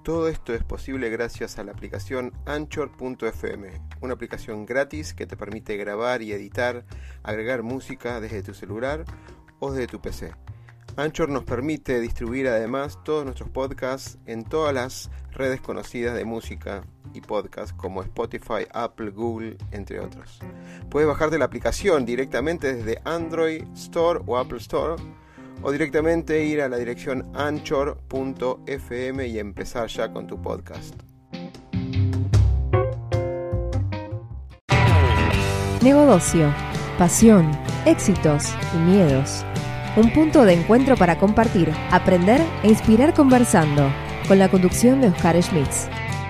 Todo esto es posible gracias a la aplicación Anchor.fm, una aplicación gratis que te permite grabar y editar, agregar música desde tu celular o desde tu PC. Anchor nos permite distribuir además todos nuestros podcasts en todas las redes conocidas de música y podcast como Spotify, Apple, Google, entre otros. Puedes bajarte la aplicación directamente desde Android Store o Apple Store, o directamente ir a la dirección anchor.fm y empezar ya con tu podcast. Negocio, pasión, éxitos y miedos. Un punto de encuentro para compartir, aprender e inspirar conversando, con la conducción de Oscar Schmitz.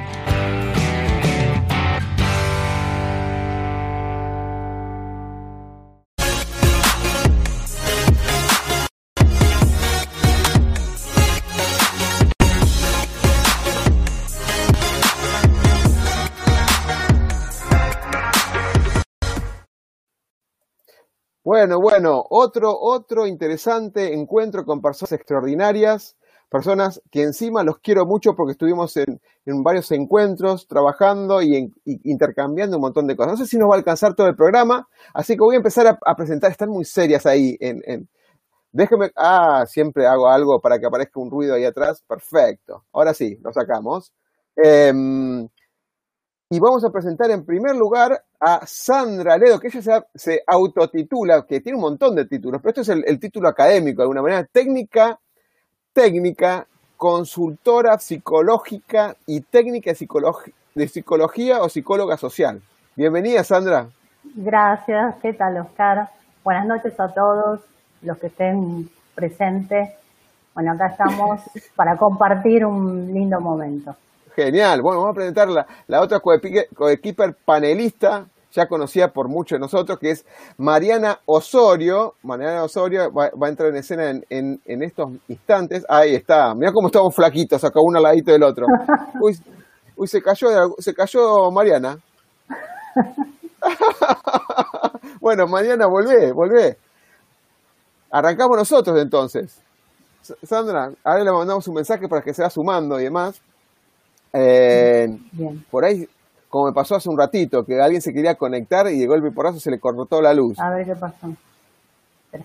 Bueno, otro interesante encuentro con personas extraordinarias, personas que encima los quiero mucho porque estuvimos en varios encuentros trabajando y intercambiando un montón de cosas. No sé si nos va a alcanzar todo el programa, así que voy a empezar a presentar. Están muy serias ahí. Déjeme, siempre hago algo para que aparezca un ruido ahí atrás. Perfecto. Ahora sí, lo sacamos. Y vamos a presentar en primer lugar a Sandra Ledo, que ella se autotitula, que tiene un montón de títulos, pero esto es el título académico de alguna manera, técnica, consultora psicológica y técnica de psicología o psicóloga social. Bienvenida, Sandra. Gracias, ¿qué tal, Oscar? Buenas noches a todos los que estén presentes. Bueno, acá estamos para compartir un lindo momento. Genial. Bueno, vamos a presentar la otra coequiper panelista, ya conocida por muchos de nosotros, que es Mariana Osorio. Mariana Osorio va a entrar en escena en estos instantes. Ahí está. Mirá cómo estamos flaquitos, acá uno al ladito del otro. Uy, se cayó Mariana. Bueno, Mariana, volvé. Arrancamos nosotros entonces. Sandra, ahora le mandamos un mensaje para que se vaya sumando y demás. Bien. Por ahí, como me pasó hace un ratito, que alguien se quería conectar y de golpe y porrazo se le cortó la luz. A ver qué pasó. Espera.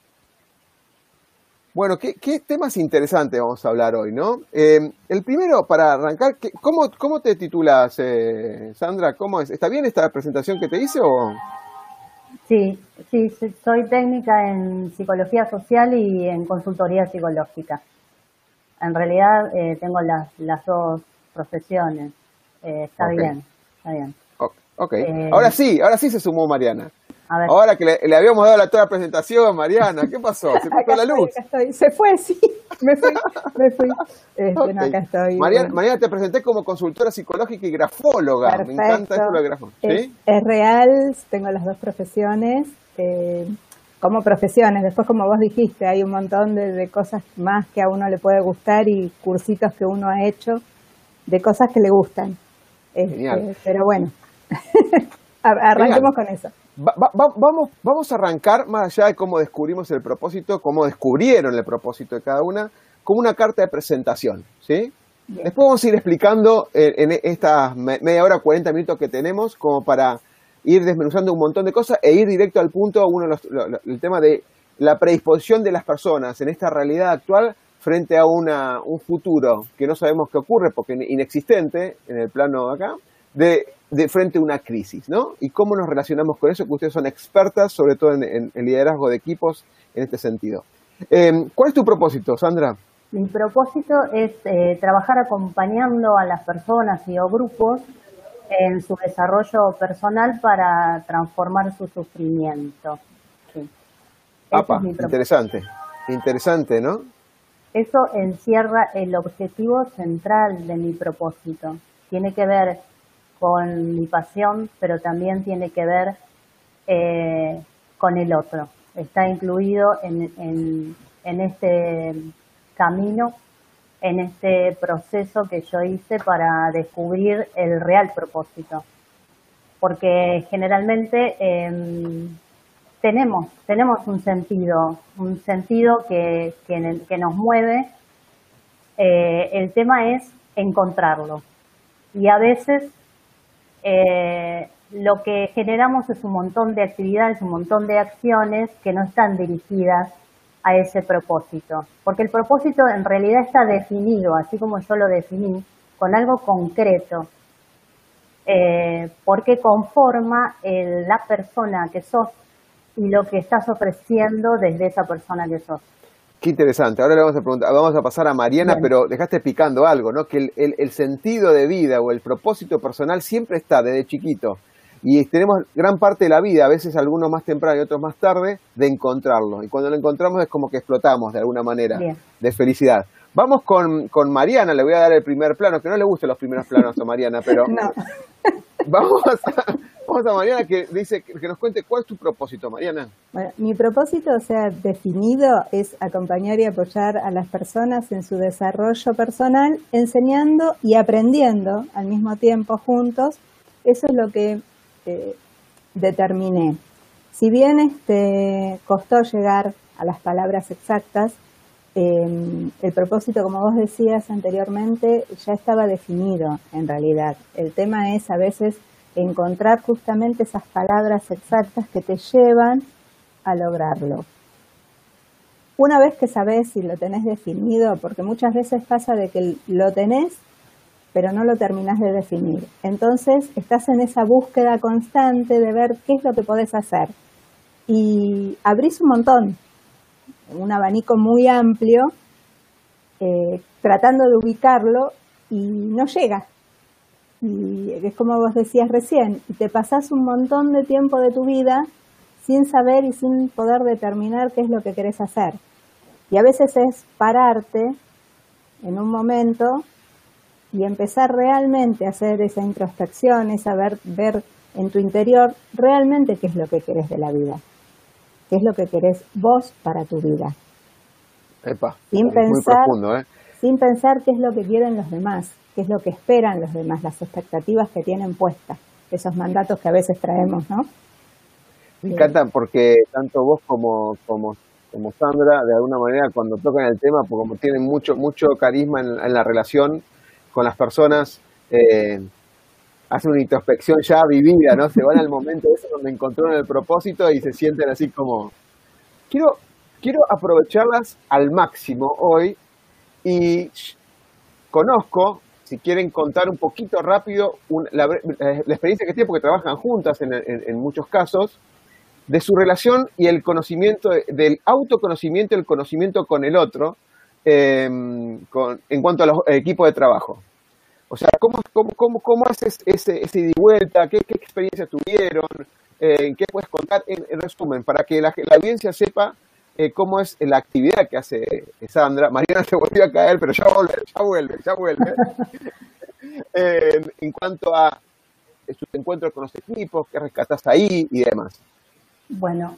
Bueno, ¿qué temas interesantes vamos a hablar hoy, ¿no? El primero, para arrancar, ¿cómo te titulas, Sandra? ¿Cómo es? ¿Está bien esta presentación que te hice o...? Sí, soy técnica en psicología social y en consultoría psicológica. En realidad tengo las dos profesiones. Está bien. Ok. Ahora sí se sumó Mariana. A ver. Ahora que le habíamos dado toda la presentación, Mariana, ¿qué pasó? ¿Se cortó la luz? Acá estoy. Se fue, sí. Me fui. Okay. No, acá estoy. Mariana, te presenté como consultora psicológica y grafóloga. Perfecto. Me encanta esto de grafóloga. ¿Sí? Es real, tengo las dos profesiones. Como profesiones, después como vos dijiste, hay un montón de cosas más que a uno le puede gustar y cursitos que uno ha hecho de cosas que le gustan. Genial. Pero bueno, arranquemos con eso. Vamos a arrancar, más allá de cómo descubrimos el propósito, cómo descubrieron el propósito de cada una, como una carta de presentación, ¿sí? Bien. Después vamos a ir explicando en estas media hora, 40 minutos que tenemos, como para ir desmenuzando un montón de cosas e ir directo al punto, el tema de la predisposición de las personas en esta realidad actual frente a un futuro que no sabemos qué ocurre porque inexistente en el plano acá, de frente a una crisis, ¿no? Y cómo nos relacionamos con eso, que ustedes son expertas, sobre todo en liderazgo de equipos en este sentido. ¿Cuál es tu propósito, Sandra? Mi propósito es trabajar acompañando a las personas y o grupos en su desarrollo personal para transformar su sufrimiento. Sí. Apa, interesante, ¿no? Eso encierra el objetivo central de mi propósito. Tiene que ver con mi pasión, pero también tiene que ver con el otro. Está incluido en este camino, en este proceso que yo hice para descubrir el real propósito. Porque generalmente tenemos un sentido que nos mueve. El tema es encontrarlo. Y a veces lo que generamos es un montón de actividades, un montón de acciones que no están dirigidas a ese propósito. Porque el propósito en realidad está definido, así como yo lo definí, con algo concreto. Porque conforma la persona que sos y lo que estás ofreciendo desde esa persona que sos. Qué interesante. Ahora le vamos a preguntar, vamos a pasar a Mariana, bien, pero dejaste picando algo, ¿no? Que el sentido de vida o el propósito personal siempre está desde chiquito. Y tenemos gran parte de la vida, a veces algunos más temprano y otros más tarde, de encontrarlo. Y cuando lo encontramos es como que explotamos de alguna manera, bien, de felicidad. Vamos con Mariana, le voy a dar el primer plano, que no le gustan los primeros planos a Mariana, pero no. Vamos a Mariana que dice que nos cuente cuál es tu propósito, Mariana. Bueno, mi propósito, o sea, definido, es acompañar y apoyar a las personas en su desarrollo personal, enseñando y aprendiendo al mismo tiempo juntos. Eso es lo que determiné. Si bien costó llegar a las palabras exactas, el propósito, como vos decías anteriormente, ya estaba definido en realidad. El tema es a veces encontrar justamente esas palabras exactas que te llevan a lograrlo. Una vez que sabés si lo tenés definido, porque muchas veces pasa de que lo tenés, pero no lo terminás de definir. Entonces estás en esa búsqueda constante de ver qué es lo que podés hacer. Y abrís un montón, un abanico muy amplio, tratando de ubicarlo y no llega. Y es como vos decías recién, y te pasás un montón de tiempo de tu vida sin saber y sin poder determinar qué es lo que querés hacer. Y a veces es pararte en un momento y empezar realmente a hacer esa introspección, ver en tu interior realmente qué es lo que querés de la vida. ¿Qué es lo que querés vos para tu vida? Epa, sin pensar, muy profundo, sin pensar qué es lo que quieren los demás, qué es lo que esperan los demás, las expectativas que tienen puestas, esos mandatos que a veces traemos, ¿no? Me encanta porque tanto vos como Sandra, de alguna manera, cuando tocan el tema, porque como tienen mucho carisma en la relación con las personas, hacen una introspección ya vivida, ¿no? Se van al momento ese donde encontraron el propósito y se sienten así como... Quiero aprovecharlas al máximo hoy y conozco, si quieren contar un poquito rápido, la experiencia que tienen, porque trabajan juntas en muchos casos, de su relación y el conocimiento, del autoconocimiento y el conocimiento con el otro, en cuanto a los equipos de trabajo. O sea, ¿cómo haces ese ida y vuelta? ¿Qué experiencias tuvieron? ¿Qué puedes contar en resumen? Para que la audiencia sepa cómo es la actividad que hace Sandra. Mariana se volvió a caer, pero ya vuelve. En cuanto a sus encuentros con los equipos, qué rescatás ahí y demás. Bueno,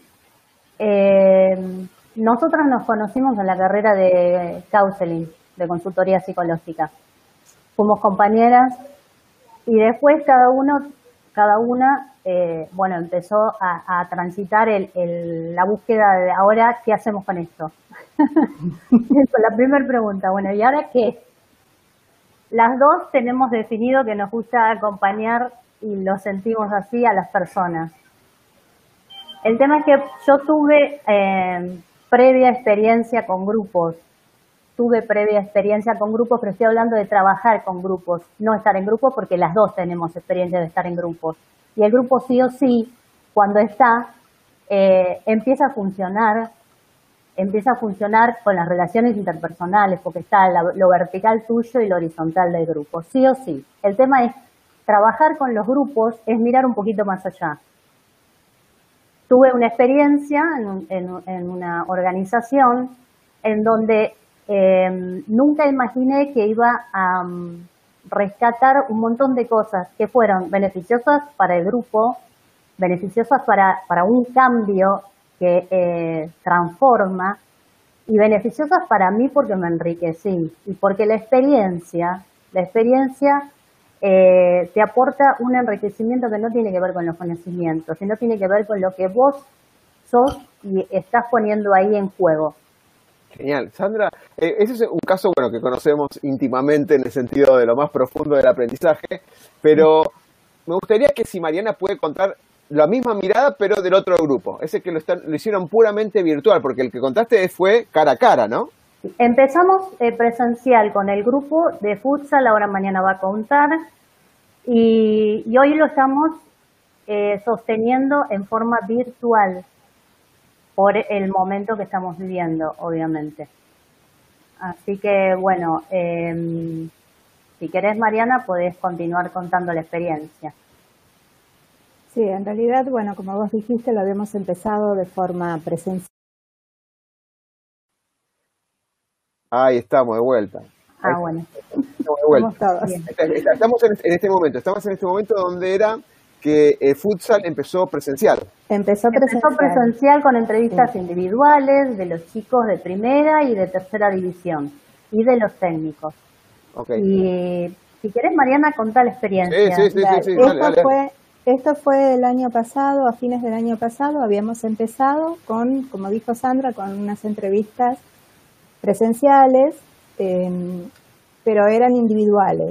nosotras nos conocimos en la carrera de counseling, de consultoría psicológica. Fuimos compañeras y después cada una empezó a transitar la búsqueda de ahora, ¿qué hacemos con esto? La primera pregunta, bueno, ¿y ahora qué? Las dos tenemos definido que nos gusta acompañar, y lo sentimos así, a las personas. El tema es que yo tuve previa experiencia con grupos. Pero estoy hablando de trabajar con grupos, no estar en grupos, porque las dos tenemos experiencia de estar en grupos. Y el grupo sí o sí, cuando está, empieza a funcionar con las relaciones interpersonales, porque está lo vertical tuyo y lo horizontal del grupo, sí o sí. El tema es, trabajar con los grupos es mirar un poquito más allá. Tuve una experiencia en una organización en donde nunca imaginé que iba a rescatar un montón de cosas que fueron beneficiosas para el grupo, beneficiosas para un cambio que transforma, y beneficiosas para mí porque me enriquecí y porque la experiencia te aporta un enriquecimiento que no tiene que ver con los conocimientos, sino tiene que ver con lo que vos sos y estás poniendo ahí en juego. Genial. Sandra, ese es un caso, bueno, que conocemos íntimamente en el sentido de lo más profundo del aprendizaje, pero me gustaría que si Mariana puede contar la misma mirada, pero del otro grupo, ese que lo hicieron puramente virtual, porque el que contaste fue cara a cara, ¿no? Empezamos presencial con el grupo de futsal, ahora mañana va a contar, y hoy lo estamos sosteniendo en forma virtual por el momento que estamos viviendo, obviamente. Así que, bueno, si querés, Mariana, podés continuar contando la experiencia. Sí, en realidad, bueno, como vos dijiste, lo habíamos empezado de forma presencial. Ahí estamos, de vuelta. Bueno. Estamos de vuelta. Estamos en este momento donde era que futsal empezó presencial. Empezó presencial con entrevistas individuales de los chicos de primera y de tercera división y de los técnicos. Okay. Y si querés, Mariana, contá la experiencia. Sí, dale. Esto fue el año pasado, a fines del año pasado, habíamos empezado con, como dijo Sandra, con unas entrevistas presenciales, pero eran individuales.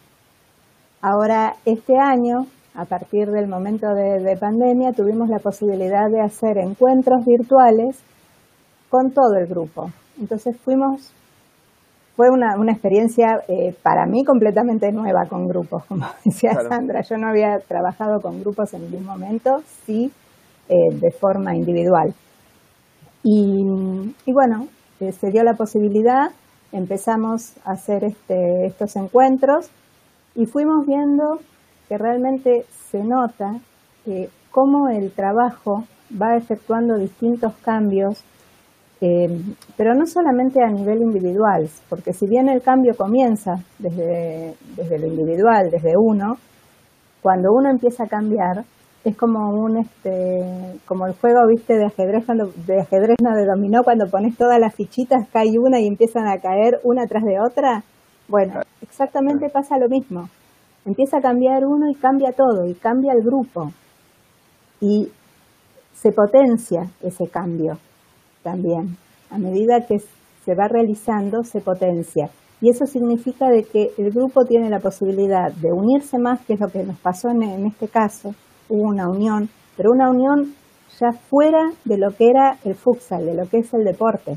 Ahora, este año, a partir del momento de pandemia, tuvimos la posibilidad de hacer encuentros virtuales con todo el grupo. Entonces fue una experiencia para mí completamente nueva con grupos, como decía Sandra. Yo no había trabajado con grupos en ningún momento, sí de forma individual. Y bueno, se dio la posibilidad, empezamos a hacer estos encuentros y fuimos viendo que realmente se nota cómo el trabajo va efectuando distintos cambios, pero no solamente a nivel individual, porque si bien el cambio comienza desde lo individual, desde uno, cuando uno empieza a cambiar, es como como el juego, viste, de ajedrez, no, de dominó, cuando pones todas las fichitas, cae una y empiezan a caer una tras de otra. Bueno, exactamente pasa lo mismo. Empieza a cambiar uno y cambia todo, y cambia el grupo. Y se potencia ese cambio también. A medida que se va realizando, se potencia. Y eso significa de que el grupo tiene la posibilidad de unirse más, que es lo que nos pasó en este caso. Hubo una unión, pero una unión ya fuera de lo que era el futsal, de lo que es el deporte.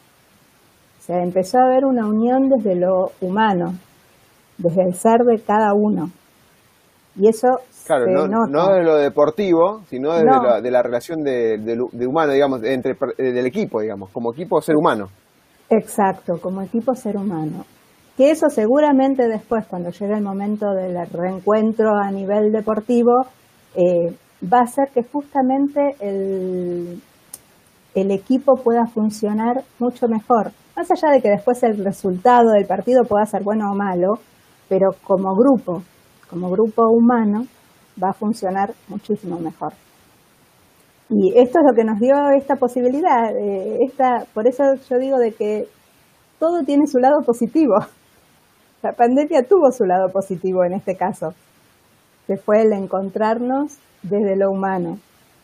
O sea, empezó a haber una unión desde lo humano, desde el ser de cada uno. Y eso claro, se nota. No de lo deportivo, sino desde de la relación de humano, digamos, del equipo, digamos, como equipo ser humano. Exacto, como equipo ser humano. Que eso seguramente después, cuando llegue el momento del reencuentro a nivel deportivo, va a hacer que justamente el equipo pueda funcionar mucho mejor. Más allá de que después el resultado del partido pueda ser bueno o malo, pero como grupo humano, va a funcionar muchísimo mejor. Y esto es lo que nos dio esta posibilidad. Por eso yo digo de que todo tiene su lado positivo. La pandemia tuvo su lado positivo en este caso, que fue el encontrarnos desde lo humano.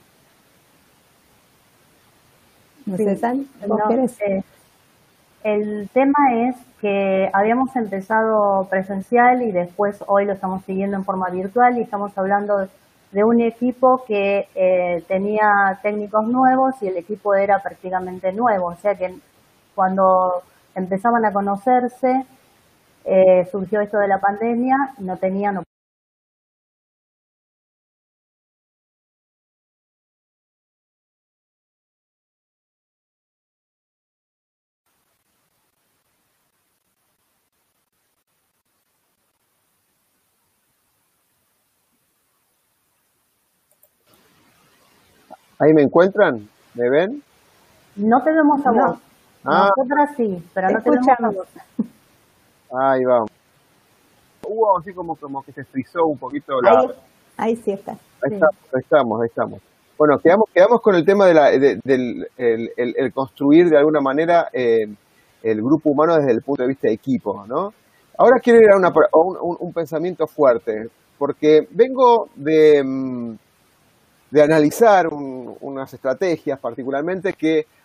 No sé, San, ¿vos querés? El tema es que habíamos empezado presencial y después hoy lo estamos siguiendo en forma virtual y estamos hablando de un equipo que tenía técnicos nuevos y el equipo era prácticamente nuevo. O sea que cuando empezaban a conocerse, surgió esto de la pandemia, no tenían ¿Ahí me encuentran? ¿Me ven? No te vemos a vos. Nosotras sí, pero no te vemos a vos. Ahí vamos. Hubo así como que se frizó un poquito Ahí sí está. Ahí estamos. Bueno, quedamos con el tema del construir de alguna manera el grupo humano desde el punto de vista de equipo, ¿no? Ahora quiero ir a un pensamiento fuerte, porque vengo de analizar unas estrategias particularmente que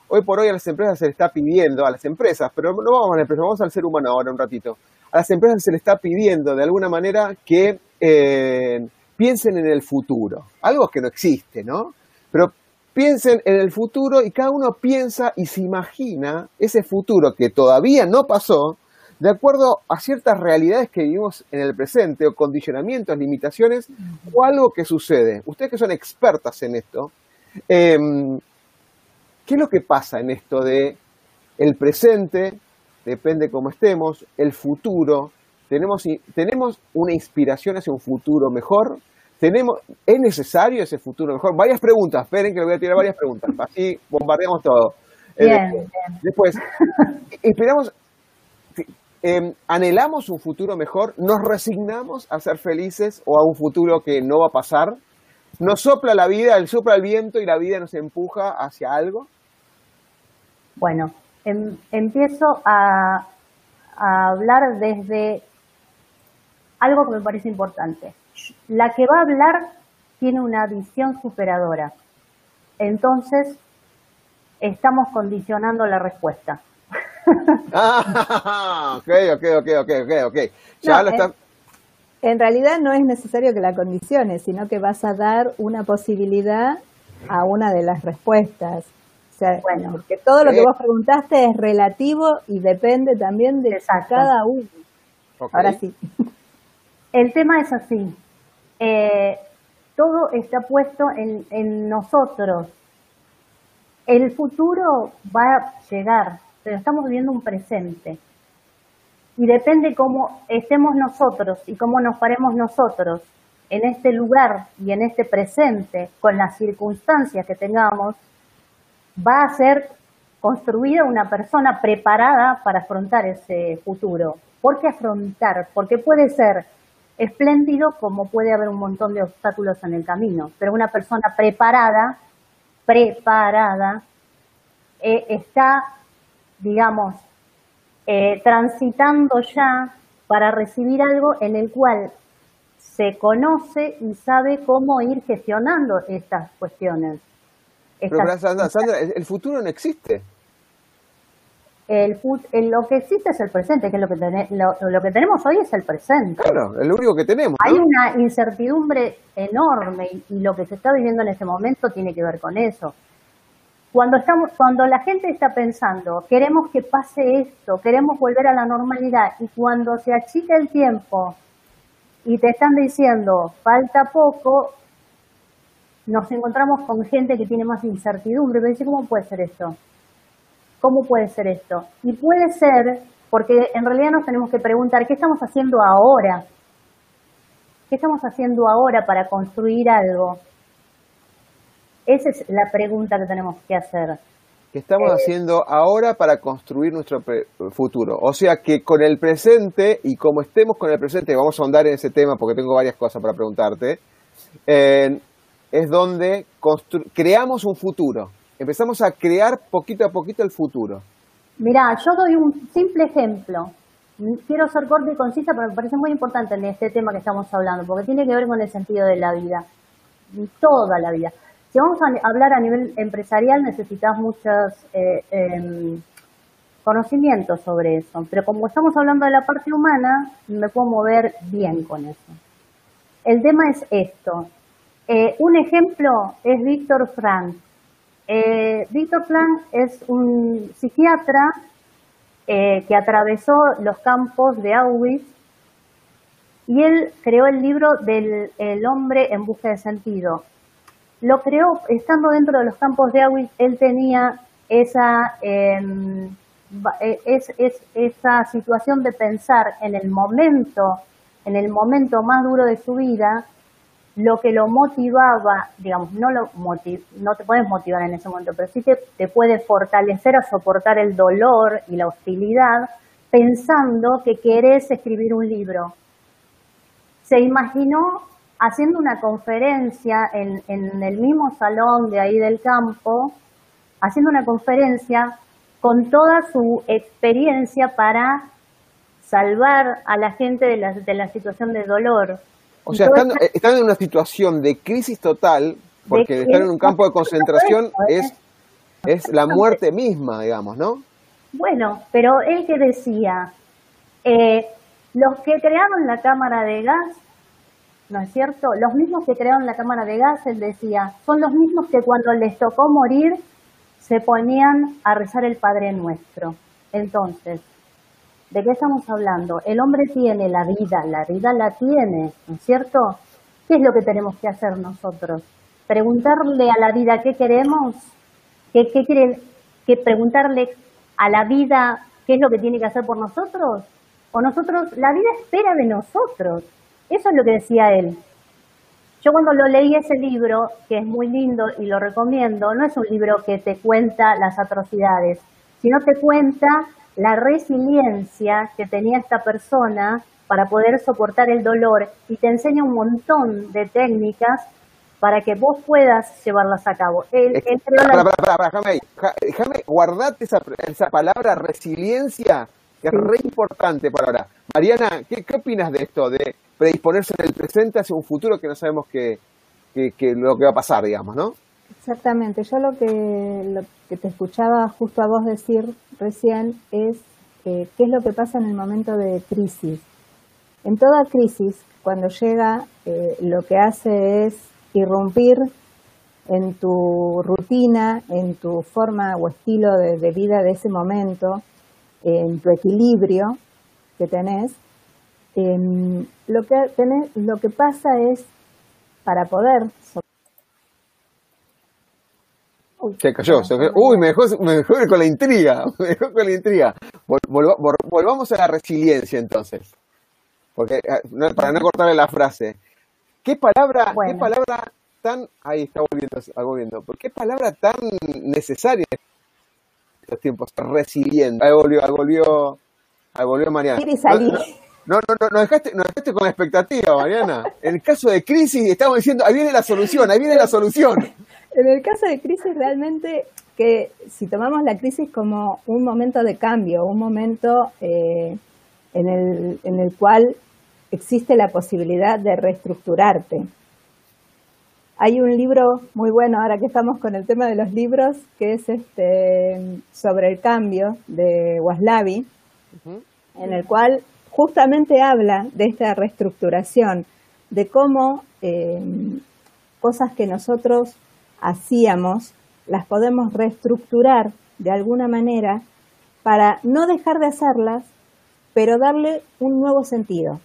hoy por hoy a las empresas se les está pidiendo, a las empresas, pero no vamos a la empresa, vamos al ser humano ahora un ratito. A las empresas se les está pidiendo de alguna manera que piensen en el futuro, algo que no existe, ¿no? Pero piensen en el futuro y cada uno piensa y se imagina ese futuro que todavía no pasó, de acuerdo a ciertas realidades que vivimos en el presente, o condicionamientos, limitaciones, o algo que sucede. Ustedes que son expertas en esto, ¿qué es lo que pasa en esto de el presente, depende cómo estemos, el futuro, tenemos una inspiración hacia un futuro mejor? ¿Es necesario ese futuro mejor? Varias preguntas, esperen que le voy a tirar varias preguntas, así bombardeamos todo. Después, esperamos... ¿anhelamos un futuro mejor? ¿Nos resignamos a ser felices o a un futuro que no va a pasar? ¿Nos sopla la vida, sopla el viento y la vida nos empuja hacia algo? Bueno, empiezo a hablar desde algo que me parece importante. La que va a hablar tiene una visión superadora. Entonces, estamos condicionando la respuesta. Ok. Ya no, en realidad no es necesario que la condiciones, sino que vas a dar una posibilidad a una de las respuestas. O sea, bueno, porque todo lo que vos preguntaste es relativo y depende también de cada uno. Okay. Ahora sí. El tema es así. Todo está puesto en nosotros. El futuro va a llegar, pero estamos viviendo un presente. Y depende cómo estemos nosotros y cómo nos paremos nosotros en este lugar y en este presente, con las circunstancias que tengamos, va a ser construida una persona preparada para afrontar ese futuro. ¿Por qué afrontar? Porque puede ser espléndido como puede haber un montón de obstáculos en el camino, pero una persona preparada, está, digamos, transitando ya para recibir algo en el cual se conoce y sabe cómo ir gestionando estas cuestiones. Pero Sandra, el futuro no existe. Lo que existe es el presente, que es lo que tenemos hoy es el presente. Claro, es lo único que tenemos, ¿no? Hay una incertidumbre enorme y lo que se está viviendo en este momento tiene que ver con eso. Cuando la gente está pensando, queremos que pase esto, queremos volver a la normalidad, y cuando se achica el tiempo y te están diciendo falta poco, nos encontramos con gente que tiene más incertidumbre. Me dice, ¿cómo puede ser esto? ¿Cómo puede ser esto? Y puede ser, porque en realidad nos tenemos que preguntar, ¿qué estamos haciendo ahora? ¿Qué estamos haciendo ahora para construir algo? Esa es la pregunta que tenemos que hacer. ¿Qué estamos haciendo ahora para construir nuestro futuro? O sea que con el presente, y como estemos con el presente, vamos a ahondar en ese tema porque tengo varias cosas para preguntarte, es donde creamos un futuro. Empezamos a crear poquito a poquito el futuro. Mirá, yo doy un simple ejemplo. Quiero ser corta y concisa, pero me parece muy importante en este tema que estamos hablando, porque tiene que ver con el sentido de la vida, toda la vida. Si vamos a hablar a nivel empresarial, necesitas muchos conocimientos sobre eso, pero como estamos hablando de la parte humana, me puedo mover bien con eso. El tema es esto. Un ejemplo es Viktor Frankl. Viktor Frankl es un psiquiatra que atravesó los campos de Auschwitz y él creó el libro del El hombre en busca de sentido. Lo creó estando dentro de los campos de Auschwitz. Él tenía esa situación de pensar en el momento más duro de su vida. Lo que lo motivaba, digamos, no te puedes motivar en ese momento, pero sí te puede fortalecer a soportar el dolor y la hostilidad, pensando que querés escribir un libro. Se imaginó haciendo una conferencia en el mismo salón de ahí del campo, haciendo una conferencia con toda su experiencia para salvar a la gente de la situación de dolor. O sea, están en una situación de crisis total, porque estar en un campo de concentración es es la muerte misma, digamos, ¿no? Bueno, pero él que decía, los que crearon la cámara de gas, ¿no es cierto? Los mismos que crearon la cámara de gas, él decía, son los mismos que cuando les tocó morir se ponían a rezar el Padre Nuestro. Entonces, ¿de qué estamos hablando? El hombre tiene la vida la tiene, ¿no es cierto? ¿Qué es lo que tenemos que hacer nosotros? Preguntarle a la vida qué queremos, qué quiere, que preguntarle a la vida qué es lo que tiene que hacer por nosotros, o nosotros, la vida espera de nosotros. Eso es lo que decía él. Yo cuando lo leí ese libro, que es muy lindo y lo recomiendo, no es un libro que te cuenta las atrocidades, sino te cuenta la resiliencia que tenía esta persona para poder soportar el dolor y te enseña un montón de técnicas para que vos puedas llevarlas a cabo. Déjame, guardate esa palabra resiliencia, que es re importante para ahora. Mariana, ¿qué opinas de esto, de predisponerse en el presente hacia un futuro que no sabemos lo que va a pasar, digamos, ¿no? Exactamente. Yo lo que te escuchaba justo a vos decir recién es qué es lo que pasa en el momento de crisis. En toda crisis, cuando llega, lo que hace es irrumpir en tu rutina, en tu forma o estilo de vida de ese momento, en tu equilibrio que tenés. Lo que pasa es, para poder... Se cayó. Uy, me dejó con la intriga. Volvamos a la resiliencia entonces. Porque, para no cortarle la frase. ¿Qué palabra tan... Ahí está volviendo. ¿Por qué palabra tan necesaria en estos tiempos? Resiliente. Ahí volvió Mariana. No, nos dejaste con la expectativa, Mariana. En el caso de crisis estamos diciendo, ahí viene la solución. En el caso de crisis, realmente, que si tomamos la crisis como un momento de cambio, un momento en el cual existe la posibilidad de reestructurarte. Hay un libro muy bueno, ahora que estamos con el tema de los libros, que es sobre el cambio, de Waslavi, en el cual justamente habla de esta reestructuración, de cómo cosas que nosotros hacíamos las podemos reestructurar de alguna manera para no dejar de hacerlas, pero darle un nuevo sentido.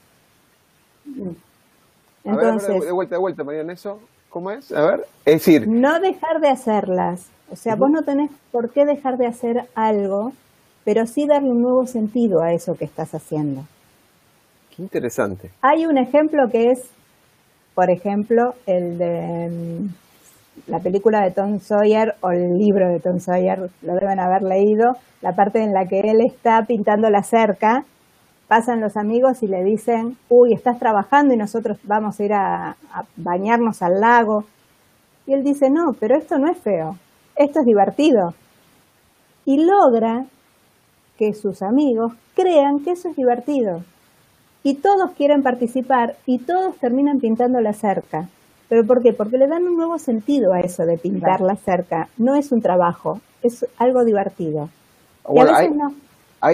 Entonces, a ver, de vuelta, Mariana, ¿eso cómo es? A ver, es decir... No dejar de hacerlas. O sea, vos no tenés por qué dejar de hacer algo, pero sí darle un nuevo sentido a eso que estás haciendo. Qué interesante. Hay un ejemplo que es, por ejemplo, el de la película de Tom Sawyer o el libro de Tom Sawyer, lo deben haber leído, la parte en la que él está pintando la cerca, pasan los amigos y le dicen, uy, estás trabajando y nosotros vamos a ir a bañarnos al lago. Y él dice, no, pero esto no es feo, esto es divertido. Y logra que sus amigos crean que eso es divertido. Y todos quieren participar y todos terminan pintando la cerca. ¿Pero por qué? Porque le dan un nuevo sentido a eso de pintar la cerca. No es un trabajo, es algo divertido. Bueno, y a veces no.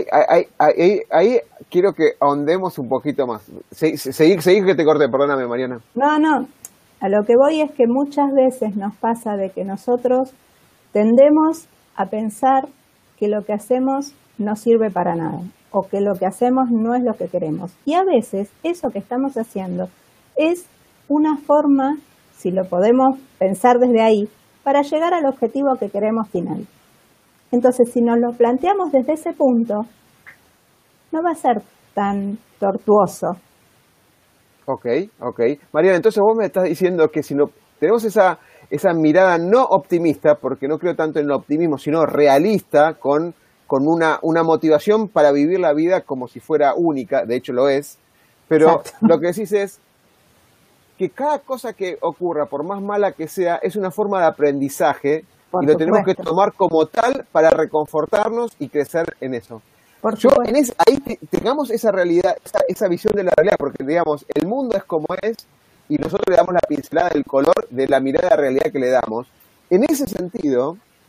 Ahí quiero que ahondemos un poquito más. Seguí que te corté, perdóname, Mariana. No, a lo que voy es que muchas veces nos pasa de que nosotros tendemos a pensar que lo que hacemos no sirve para nada, o que lo que hacemos no es lo que queremos. Y a veces eso que estamos haciendo es una forma, si lo podemos pensar desde ahí, para llegar al objetivo que queremos final. Entonces, si nos lo planteamos desde ese punto, no va a ser tan tortuoso. Ok. Mariana, entonces vos me estás diciendo que si tenemos esa mirada no optimista, porque no creo tanto en el optimismo, sino realista, con una motivación para vivir la vida como si fuera única, de hecho lo es, pero exacto. Lo que decís es que cada cosa que ocurra, por más mala que sea, es una forma de aprendizaje y lo tenemos que tomar como tal para reconfortarnos y crecer en eso. Ahí tengamos esa realidad, esa visión de la realidad, porque digamos, el mundo es como es y nosotros le damos la pincelada del color de la mirada de realidad que le damos. En ese sentido,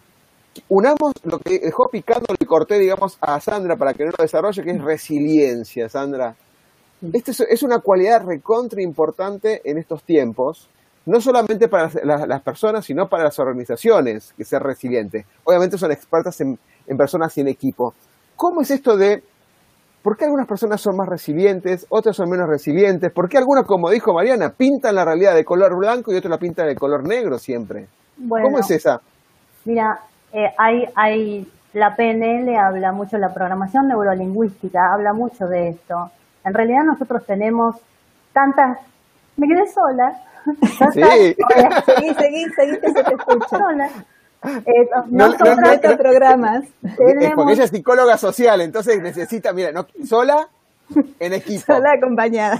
unamos lo que dejó picando, le corté, digamos, a Sandra para que no lo desarrolle, que es resiliencia, Sandra. Esta es una cualidad recontra importante en estos tiempos, no solamente para las personas, sino para las organizaciones, que ser resiliente. Obviamente son expertas en personas y en equipo. ¿Cómo es esto de por qué algunas personas son más resilientes, otras son menos resilientes? ¿Por qué algunos, como dijo Mariana, pintan la realidad de color blanco y otros la pintan de color negro siempre? Bueno, ¿Cómo es esa? Mira, la PNL habla mucho, la programación neurolingüística habla mucho de esto. En realidad nosotros tenemos tantas... Me quedé sola. Sí. Seguí, que se te escucha. Sola. No programas. Es porque ella es psicóloga social, entonces necesita, mira, no, sola, en equipo. Sola acompañada.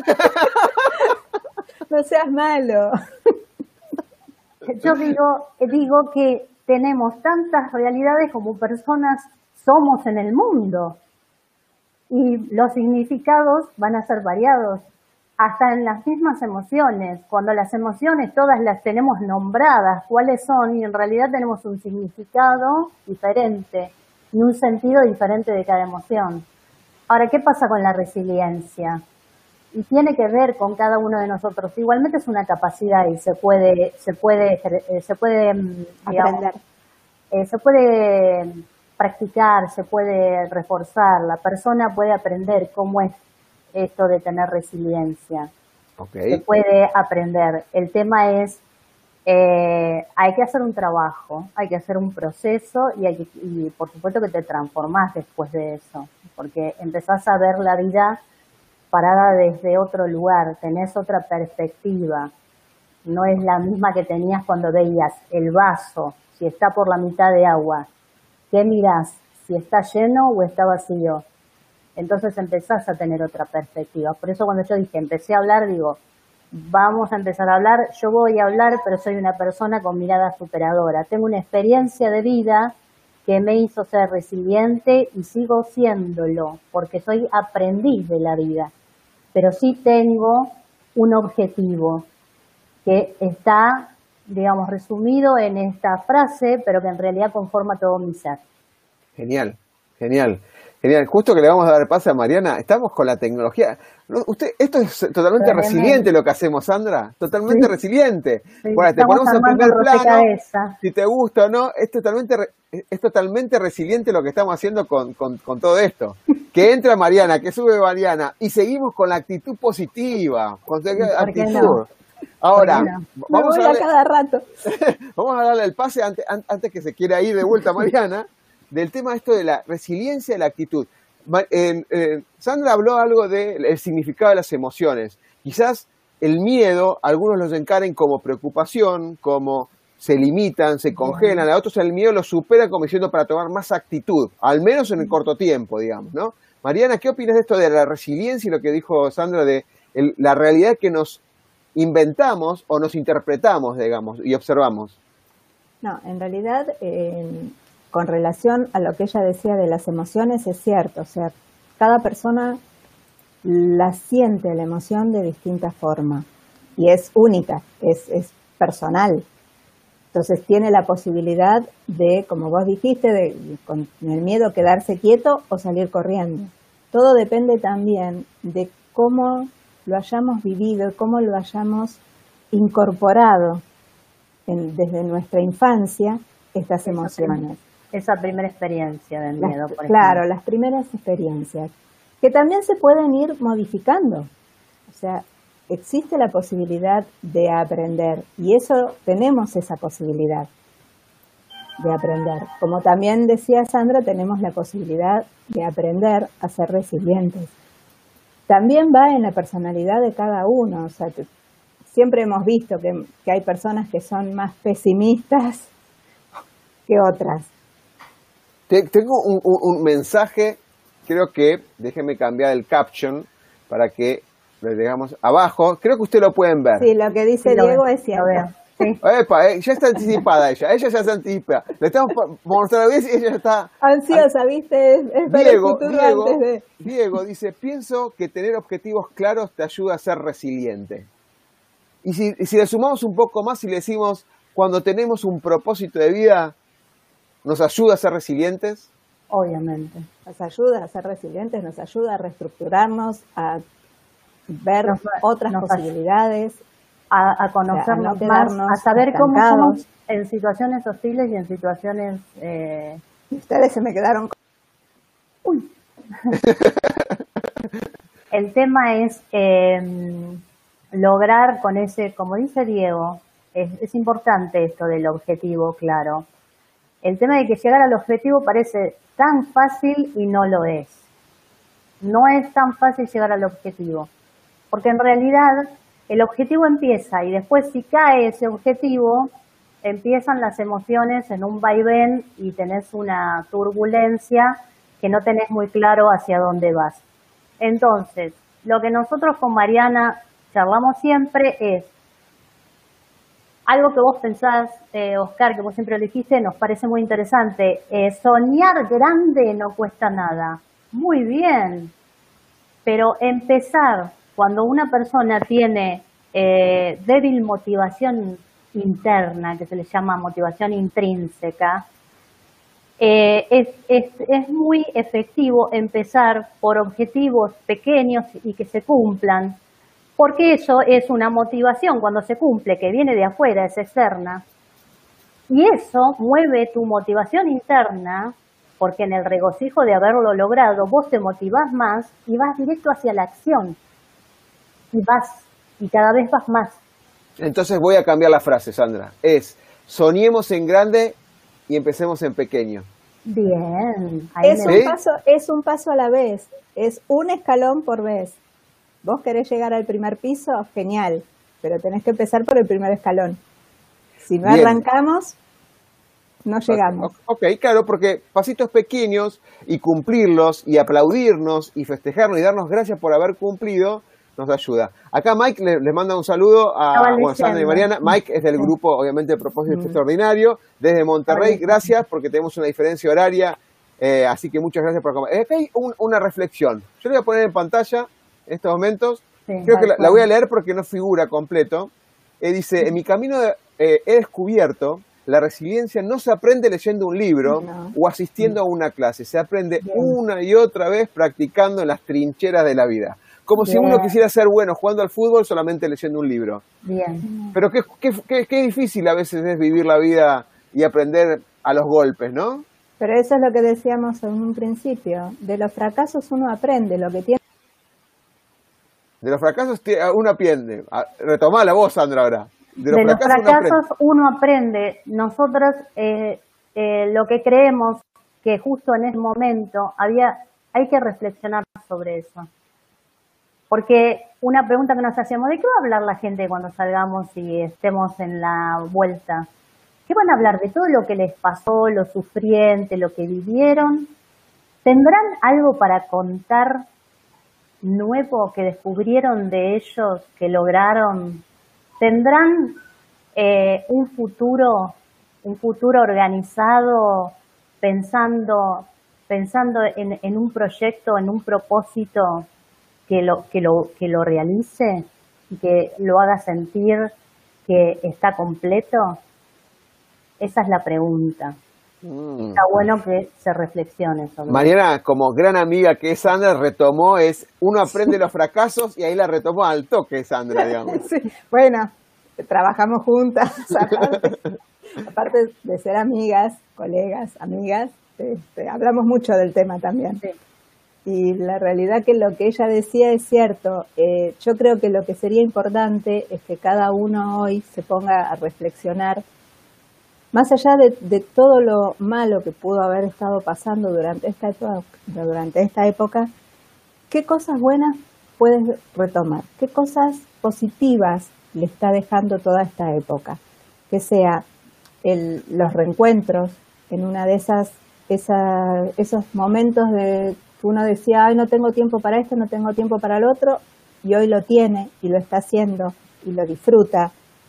No seas malo. Yo digo que tenemos tantas realidades como personas somos en el mundo y los significados van a ser variados, hasta en las mismas emociones. Cuando las emociones todas las tenemos nombradas, cuáles son, y en realidad tenemos un significado diferente y un sentido diferente de cada emoción. Ahora, ¿qué pasa con la resiliencia? Y tiene que ver con cada uno de nosotros. Igualmente es una capacidad y se puede aprender. Se puede practicar, se puede reforzar. La persona puede aprender cómo es esto de tener resiliencia. Okay. Se puede aprender. El tema es, hay que hacer un trabajo, hay que hacer un proceso y por supuesto que te transformás después de eso, porque empezás a ver la vida parada desde otro lugar, tenés otra perspectiva, no es la misma que tenías cuando veías el vaso, si está por la mitad de agua, ¿qué mirás? ¿Si está lleno o está vacío? Entonces empezás a tener otra perspectiva. Por eso cuando yo dije, empecé a hablar, digo, vamos a empezar a hablar, yo voy a hablar, pero soy una persona con mirada superadora. Tengo una experiencia de vida que me hizo ser resiliente y sigo siéndolo, porque soy aprendiz de la vida. Pero sí tengo un objetivo que está, digamos, resumido en esta frase, pero que en realidad conforma todo mi ser. Genial, genial. Genial, justo que le vamos a dar pase a Mariana, estamos con la tecnología. Esto es totalmente resiliente lo que hacemos, Sandra, totalmente resiliente. Sí, bueno, te ponemos en primer plano, si te gusta o no, es totalmente resiliente lo que estamos haciendo con todo esto. Que entra Mariana, que sube Mariana, y seguimos con la actitud positiva, con la actitud. No? Ahora, vamos a cada rato. Vamos a darle el pase antes que se quiera ir de vuelta Mariana. Del tema esto de la resiliencia de la actitud. Sandra habló algo del significado de las emociones. Quizás el miedo, algunos los encaren como preocupación, como se limitan, se congelan, a otros el miedo lo supera como diciendo para tomar más actitud, al menos en el corto tiempo, digamos, ¿no? Mariana, ¿qué opinas de esto de la resiliencia y lo que dijo Sandra de la realidad que nos inventamos o nos interpretamos, digamos, y observamos? No, en realidad... con relación a lo que ella decía de las emociones, es cierto, o sea, cada persona la siente la emoción de distinta forma y es única, es personal. Entonces tiene la posibilidad de, como vos dijiste, con el miedo quedarse quieto o salir corriendo. Todo depende también de cómo lo hayamos vivido, cómo lo hayamos incorporado desde nuestra infancia estas emociones. Esa primera experiencia del miedo, por ejemplo. Claro, las primeras experiencias, que también se pueden ir modificando. O sea, existe la posibilidad de aprender y tenemos esa posibilidad de aprender. Como también decía Sandra, tenemos la posibilidad de aprender a ser resilientes. También va en la personalidad de cada uno. O sea, siempre hemos visto que hay personas que son más pesimistas que otras. Tengo un mensaje, creo que, déjeme cambiar el caption para que lo digamos abajo, creo que ustedes lo pueden ver. Sí, lo que dice Diego es cierto. Sí. Epa, ya está anticipada ella ya se anticipa. Le estamos mostrando bien y ella ya está... Ansiosa, ¿viste? Diego dice, pienso que tener objetivos claros te ayuda a ser resiliente. Y si le sumamos un poco más y le decimos, cuando tenemos un propósito de vida, ¿Nos ayuda a ser resilientes? Obviamente. Nos ayuda a ser resilientes, nos ayuda a reestructurarnos, a ver otras posibilidades, a conocernos más, a saber cómo somos en situaciones hostiles y en situaciones... Ustedes se me quedaron... Uy. El tema es lograr con ese, como dice Diego, es importante esto del objetivo, claro. El tema de que llegar al objetivo parece tan fácil y no lo es. No es tan fácil llegar al objetivo, porque en realidad el objetivo empieza y después si cae ese objetivo, empiezan las emociones en un vaivén y tenés una turbulencia que no tenés muy claro hacia dónde vas. Entonces, lo que nosotros con Mariana charlamos siempre es algo que vos pensás, Oscar, que vos siempre lo dijiste, nos parece muy interesante. Soñar grande no cuesta nada. Muy bien. Pero empezar cuando una persona tiene débil motivación interna, que se le llama motivación intrínseca, es muy efectivo empezar por objetivos pequeños y que se cumplan, porque eso es una motivación cuando se cumple, que viene de afuera, es externa, y eso mueve tu motivación interna, porque en el regocijo de haberlo logrado vos te motivás más y vas directo hacia la acción, y cada vez vas más. Entonces voy a cambiar la frase, Sandra. Soñemos en grande y empecemos en pequeño. Bien. Es un paso a la vez, es un escalón por vez. Vos querés llegar al primer piso, genial, pero tenés que empezar por el primer escalón. Si no arrancamos, no llegamos. Ok, claro, porque pasitos pequeños y cumplirlos y aplaudirnos y festejarnos y darnos gracias por haber cumplido nos ayuda. Acá Mike les manda un saludo a Sandra y Mariana. Mike es del grupo, obviamente, Propósito Extraordinario, desde Monterrey. Gracias, porque tenemos una diferencia horaria, así que muchas gracias por acompañarnos. Hay una reflexión. Yo la voy a poner en pantalla en estos momentos. Creo que la voy a leer porque no figura completo. Dice, en mi camino he descubierto la resiliencia no se aprende leyendo un libro o asistiendo a una clase, se aprende una y otra vez practicando en las trincheras de la vida. Como si uno quisiera ser bueno jugando al fútbol solamente leyendo un libro. Bien. Pero qué difícil a veces es vivir la vida y aprender a los golpes, ¿no? Pero eso es lo que decíamos en un principio. De los fracasos uno aprende lo que tiene. De los fracasos uno aprende. Retomá la voz, Sandra, ahora. De los fracasos uno aprende. Nosotros lo que creemos que justo en ese momento hay que reflexionar sobre eso. Porque una pregunta que nos hacemos, ¿de qué va a hablar la gente cuando salgamos y estemos en la vuelta? ¿Qué van a hablar? ¿De todo lo que les pasó, lo sufriente, lo que vivieron? ¿Tendrán algo para contar nuevo que descubrieron de ellos, que lograron? ¿Tendrán un futuro organizado, pensando en un proyecto, en un propósito que lo realice y que lo haga sentir que está completo? Esa es la pregunta. Está bueno que se reflexione sobre Mariana, como gran amiga que es Sandra, retomó, uno aprende los fracasos y ahí la retomó al toque, Sandra, digamos. Sí, bueno, trabajamos juntas, aparte de ser amigas, colegas, amigas, hablamos mucho del tema también. Sí. Y la realidad que lo que ella decía es cierto. Yo creo que lo que sería importante es que cada uno hoy se ponga a reflexionar, más allá de todo lo malo que pudo haber estado pasando durante esta época, ¿qué cosas buenas puedes retomar? ¿Qué cosas positivas le está dejando toda esta época? Que sea los reencuentros en una de esos momentos de que uno decía, ay, no tengo tiempo para esto, no tengo tiempo para el otro, y hoy lo tiene y lo está haciendo y lo disfruta.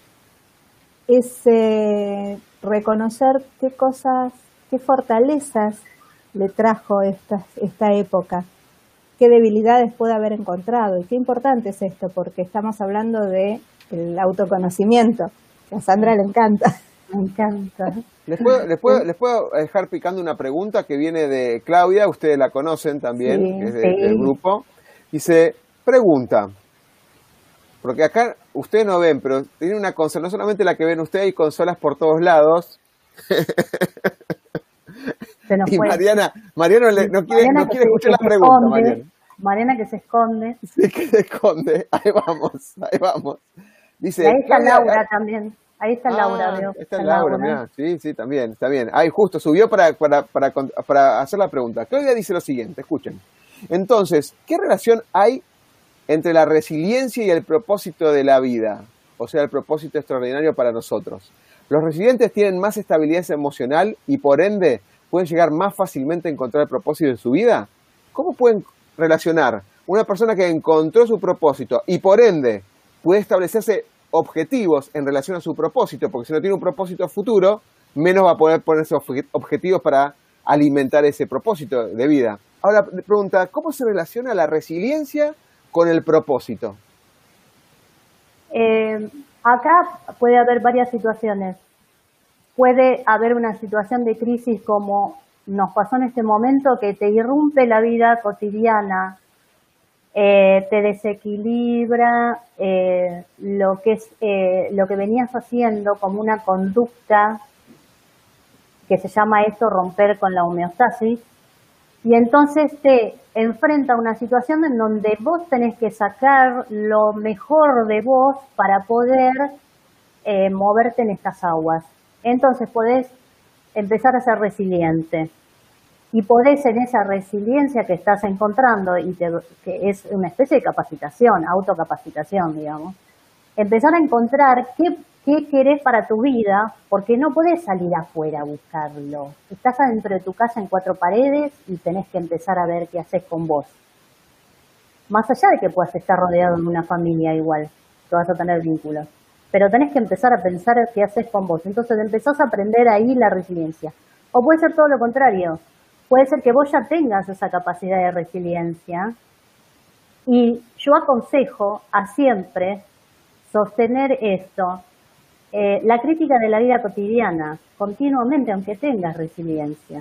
Es reconocer qué fortalezas le trajo esta época, qué debilidades puede haber encontrado, y qué importante es esto, porque estamos hablando del autoconocimiento, que a Sandra le encanta. Me encanta. Les puedo dejar picando una pregunta que viene de Claudia, ustedes la conocen también, Sí, que es sí. del grupo. Dice, pregunta, porque acá ustedes no ven, pero tiene una consola, no solamente la que ven ustedes, hay consolas por todos lados. Se nos Y fue. Mariana no quiere Mariana que escuchar la se pregunta, esconde. Mariana. Mariana que se esconde. Sí, que se esconde. Ahí vamos. Dice, Y ahí está Claudia, Laura también. Ahí está Laura, veo. está Laura, mirá. Sí, también, está bien. Ahí justo subió para hacer la pregunta. Claudia dice lo siguiente, escuchen. Entonces, ¿qué relación hay entre la resiliencia y el propósito de la vida? O sea, el propósito extraordinario para nosotros. Los resilientes tienen más estabilidad emocional y por ende pueden llegar más fácilmente a encontrar el propósito de su vida. ¿Cómo pueden relacionar una persona que encontró su propósito y por ende puede establecerse objetivos en relación a su propósito? Porque si no tiene un propósito futuro, menos va a poder ponerse objetivos para alimentar ese propósito de vida. Ahora, pregunta, ¿cómo se relaciona la resiliencia con el propósito? Acá puede haber varias situaciones. Puede haber una situación de crisis como nos pasó en este momento, que te irrumpe la vida cotidiana, te desequilibra lo que venías haciendo como una conducta que se llama esto romper con la homeostasis, y entonces te enfrenta a una situación en donde vos tenés que sacar lo mejor de vos para poder moverte en estas aguas. Entonces podés empezar a ser resiliente. Y podés en esa resiliencia que estás encontrando, que es una especie de capacitación, autocapacitación, digamos, empezar a encontrar qué querés para tu vida, porque no podés salir afuera a buscarlo. Estás adentro de tu casa en 4 paredes y tenés que empezar a ver qué haces con vos. Más allá de que puedas estar rodeado de una familia igual, que vas a tener vínculos. Pero tenés que empezar a pensar qué haces con vos. Entonces empezás a aprender ahí la resiliencia. O puede ser todo lo contrario. Puede ser que vos ya tengas esa capacidad de resiliencia. Y yo aconsejo a siempre sostener esto. La crítica de la vida cotidiana, continuamente, aunque tengas resiliencia.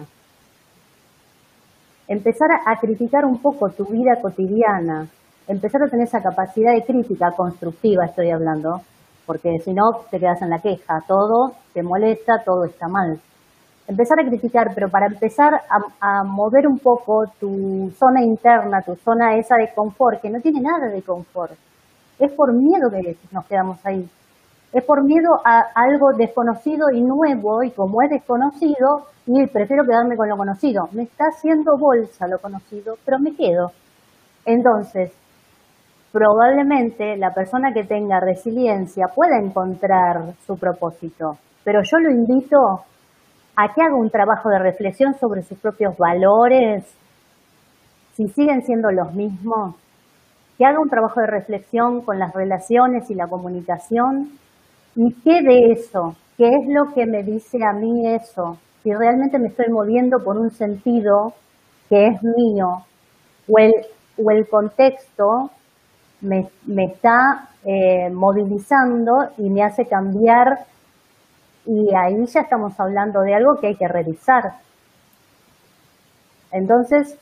Empezar a criticar un poco tu vida cotidiana. Empezar a tener esa capacidad de crítica constructiva, estoy hablando. Porque si no, te quedas en la queja. Todo te molesta, todo está mal. Empezar a criticar, pero para empezar a mover un poco tu zona interna, tu zona esa de confort, que no tiene nada de confort. Es por miedo que nos quedamos ahí. Es por miedo a algo desconocido y nuevo, y como es desconocido, y prefiero quedarme con lo conocido. Me está haciendo bolsa lo conocido, pero me quedo. Entonces, probablemente la persona que tenga resiliencia pueda encontrar su propósito, pero yo lo invito a que haga un trabajo de reflexión sobre sus propios valores, si siguen siendo los mismos, que haga un trabajo de reflexión con las relaciones y la comunicación, y qué de eso, qué es lo que me dice a mí eso, si realmente me estoy moviendo por un sentido que es mío, o el contexto me está movilizando y me hace cambiar, y ahí ya estamos hablando de algo que hay que revisar. Entonces,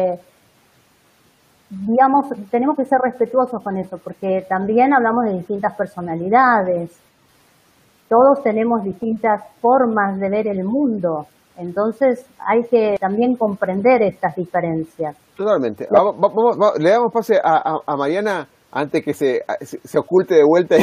digamos, tenemos que ser respetuosos con eso, porque también hablamos de distintas personalidades, todos tenemos distintas formas de ver el mundo, entonces hay que también comprender estas diferencias. Totalmente. Le damos pase a Mariana antes que se oculte de vuelta.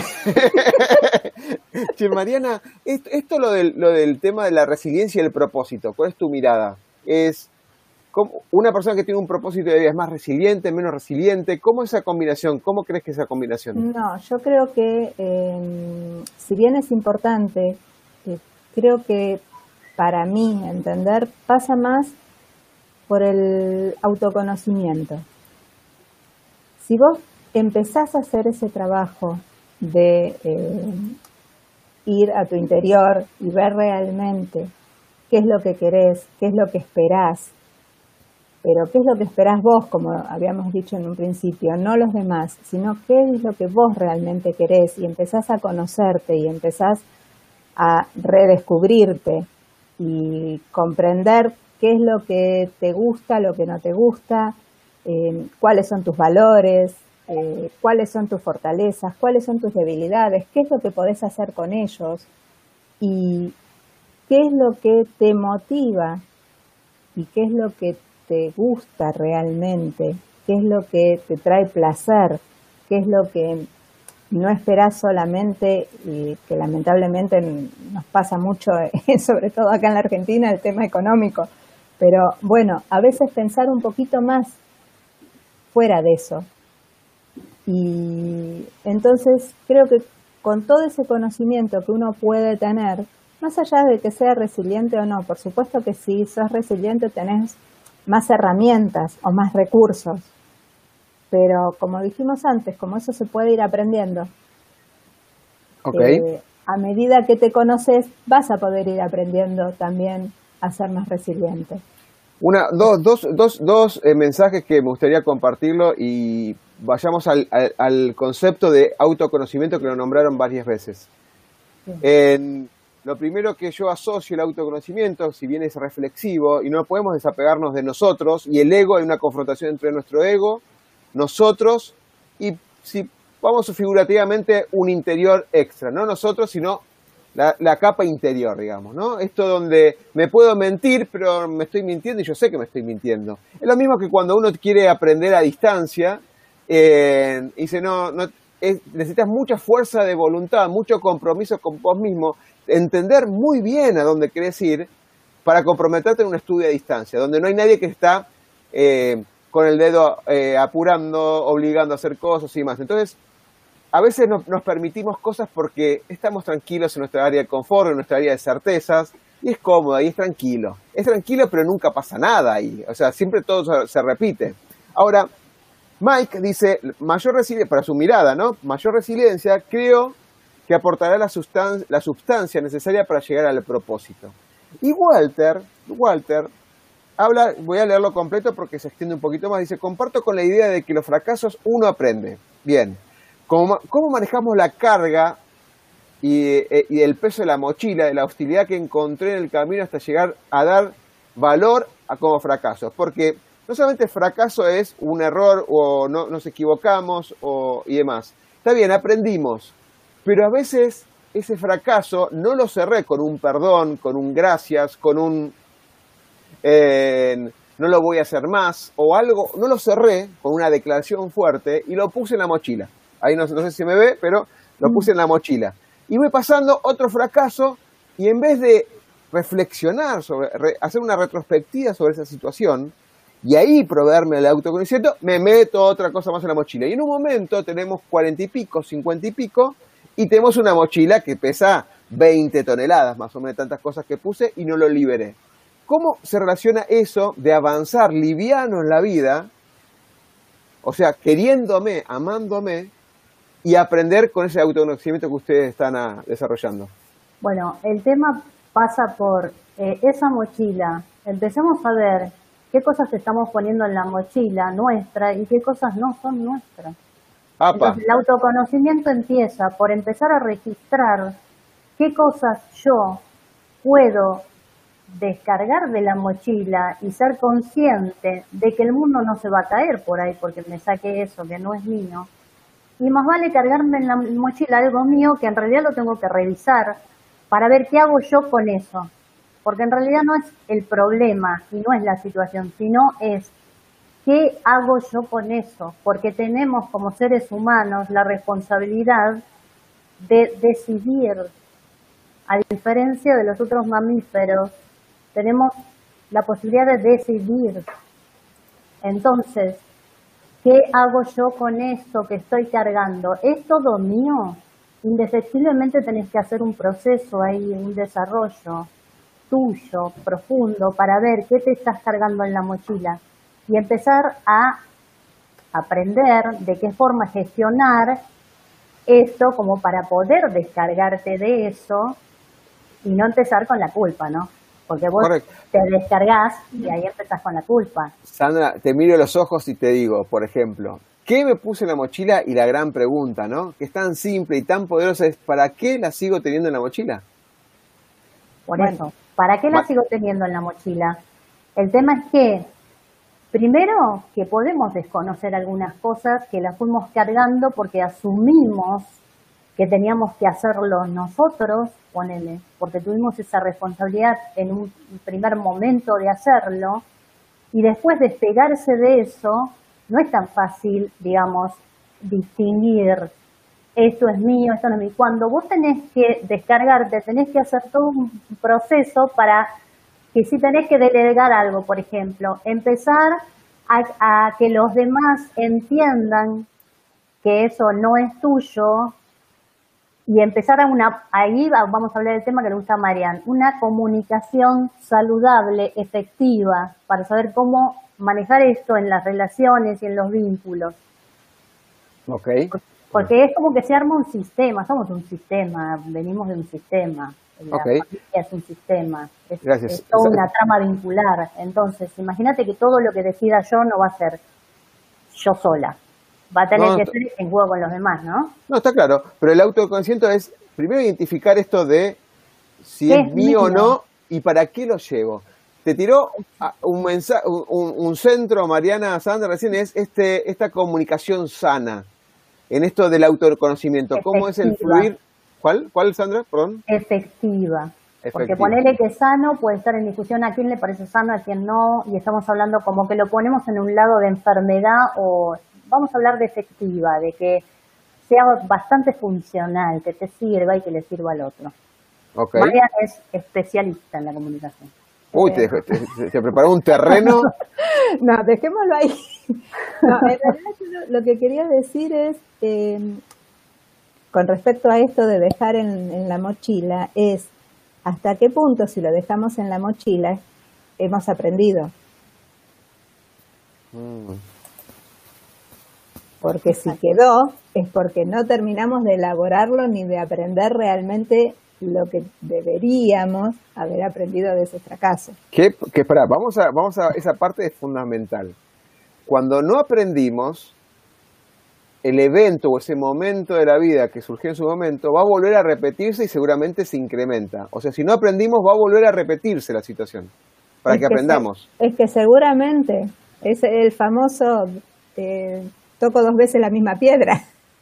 Che, Mariana, esto lo del tema de la resiliencia y el propósito, ¿cuál es tu mirada? ¿Es una persona que tiene un propósito de vida es más resiliente, menos resiliente? ¿Cómo esa combinación? ¿Cómo crees que es esa combinación? No, yo creo que si bien es importante, creo que para mí entender pasa más por el autoconocimiento. Si vos empezás a hacer ese trabajo de ir a tu interior y ver realmente qué es lo que querés, qué es lo que esperás, pero qué es lo que esperás vos, como habíamos dicho en un principio, no los demás, sino qué es lo que vos realmente querés, y empezás a conocerte y empezás a redescubrirte y comprender qué es lo que te gusta, lo que no te gusta, cuáles son tus valores, cuáles son tus fortalezas, cuáles son tus debilidades, qué es lo que podés hacer con ellos y qué es lo que te motiva y qué es lo que te gusta realmente, qué es lo que te trae placer, qué es lo que no esperás solamente, y que lamentablemente nos pasa mucho, sobre todo acá en la Argentina, el tema económico. Pero bueno, a veces pensar un poquito más fuera de eso. Y entonces creo que con todo ese conocimiento que uno puede tener, más allá de que sea resiliente o no, por supuesto que si sos resiliente tenés más herramientas o más recursos. Pero como dijimos antes, como eso se puede ir aprendiendo, a medida que te conoces vas a poder ir aprendiendo también a ser más resiliente. Dos mensajes que me gustaría compartirlo y vayamos al concepto de autoconocimiento que lo nombraron varias veces. Sí. Lo primero que yo asocio el autoconocimiento, si bien es reflexivo, y no podemos desapegarnos de nosotros, y el ego, hay una confrontación entre nuestro ego, nosotros, y si vamos figurativamente un interior extra, no nosotros, sino la capa interior, digamos, ¿no? Esto donde me puedo mentir, pero me estoy mintiendo y yo sé que me estoy mintiendo. Es lo mismo que cuando uno quiere aprender a distancia, dice, necesitas mucha fuerza de voluntad, mucho compromiso con vos mismo, entender muy bien a dónde querés ir para comprometerte en un estudio a distancia, donde no hay nadie que está con el dedo apurando, obligando a hacer cosas y más. Entonces, a veces nos permitimos cosas porque estamos tranquilos en nuestra área de confort, en nuestra área de certezas, y es cómodo, y es tranquilo. Es tranquilo, pero nunca pasa nada ahí. O sea, siempre todo se repite. Ahora, Mike dice, mayor resiliencia, para su mirada, ¿no? Mayor resiliencia, creo que aportará la sustancia necesaria para llegar al propósito. Y Walter habla, voy a leerlo completo porque se extiende un poquito más, dice, comparto con la idea de que los fracasos uno aprende. Bien. ¿Cómo manejamos la carga y el peso de la mochila, de la hostilidad que encontré en el camino hasta llegar a dar valor a como fracasos? Porque no solamente fracaso es un error o no nos equivocamos y demás. Está bien, aprendimos, pero a veces ese fracaso no lo cerré con un perdón, con un gracias, con un no lo voy a hacer más o algo, no lo cerré con una declaración fuerte y lo puse en la mochila. Ahí no sé si me ve, pero lo puse en la mochila. Y voy pasando otro fracaso y en vez de reflexionar hacer una retrospectiva sobre esa situación y ahí proveerme el autoconocimiento, me meto otra cosa más en la mochila. Y en un momento tenemos 40 y pico, 50 y pico, y tenemos una mochila que pesa 20 toneladas, más o menos tantas cosas que puse y no lo liberé. ¿Cómo se relaciona eso de avanzar liviano en la vida, o sea, queriéndome, amándome, y aprender con ese autoconocimiento que ustedes están desarrollando? Bueno, el tema pasa por esa mochila. Empecemos a ver qué cosas estamos poniendo en la mochila nuestra y qué cosas no son nuestras. Entonces, el autoconocimiento empieza por empezar a registrar qué cosas yo puedo descargar de la mochila y ser consciente de que el mundo no se va a caer por ahí porque me saqué eso que no es mío. Y más vale cargarme en la mochila algo mío que en realidad lo tengo que revisar para ver qué hago yo con eso. Porque en realidad no es el problema y no es la situación, sino es qué hago yo con eso. Porque tenemos como seres humanos la responsabilidad de decidir. A diferencia de los otros mamíferos, tenemos la posibilidad de decidir. Entonces, ¿qué hago yo con esto que estoy cargando? ¿Es todo mío? Indefectiblemente tenés que hacer un proceso ahí, un desarrollo tuyo, profundo, para ver qué te estás cargando en la mochila y empezar a aprender de qué forma gestionar esto como para poder descargarte de eso y no empezar con la culpa, ¿no? Porque vos te descargás y ahí empezás con la culpa. Sandra, te miro a los ojos y te digo, por ejemplo, ¿qué me puse en la mochila? Y la gran pregunta, ¿no? Que es tan simple y tan poderosa es, ¿para qué la sigo teniendo en la mochila? Por eso, ¿para qué la sigo teniendo en la mochila? El tema es que, primero, que podemos desconocer algunas cosas que las fuimos cargando porque asumimos que teníamos que hacerlo nosotros, ponele, porque tuvimos esa responsabilidad en un primer momento de hacerlo, y después despegarse de eso, no es tan fácil, digamos, distinguir esto es mío, esto no es mío. Cuando vos tenés que descargarte, tenés que hacer todo un proceso para que si tenés que delegar algo, por ejemplo, empezar a que los demás entiendan que eso no es tuyo y empezar ahí vamos a hablar del tema que le gusta a Marian, una comunicación saludable, efectiva, para saber cómo manejar esto en las relaciones y en los vínculos. Okay. Porque es como que se arma un sistema, somos un sistema, venimos de un sistema, la familia es un sistema, es toda una trama vincular. Entonces, imagínate que todo lo que decida yo no va a ser yo sola, va a tener que ser en juego con los demás, ¿no? No, está claro, pero el autoconsciente es primero identificar esto de si es mío o no y para qué lo llevo. Te tiró un mensaje, un centro, Mariana, Sandra, recién es esta comunicación sana. En esto del autoconocimiento, ¿cómo es el fluir? ¿Cuál, Sandra? Perdón. Efectiva. Porque ponerle que sano puede estar en discusión a quién le parece sano, a quién no, y estamos hablando como que lo ponemos en un lado de enfermedad o vamos a hablar de efectiva, de que sea bastante funcional, que te sirva y que le sirva al otro. María es especialista en la comunicación. Uy, te preparó un terreno. No, dejémoslo ahí. No, en realidad yo lo que quería decir es, con respecto a esto de dejar en la mochila, es hasta qué punto si lo dejamos en la mochila hemos aprendido. Porque si quedó es porque no terminamos de elaborarlo ni de aprender realmente lo que deberíamos haber aprendido de ese fracaso. Espera, vamos a esa parte es fundamental. Cuando no aprendimos, el evento o ese momento de la vida que surgió en su momento va a volver a repetirse y seguramente se incrementa. O sea, si no aprendimos, va a volver a repetirse la situación, para que aprendamos. Es que seguramente es el famoso toco 2 veces la misma piedra.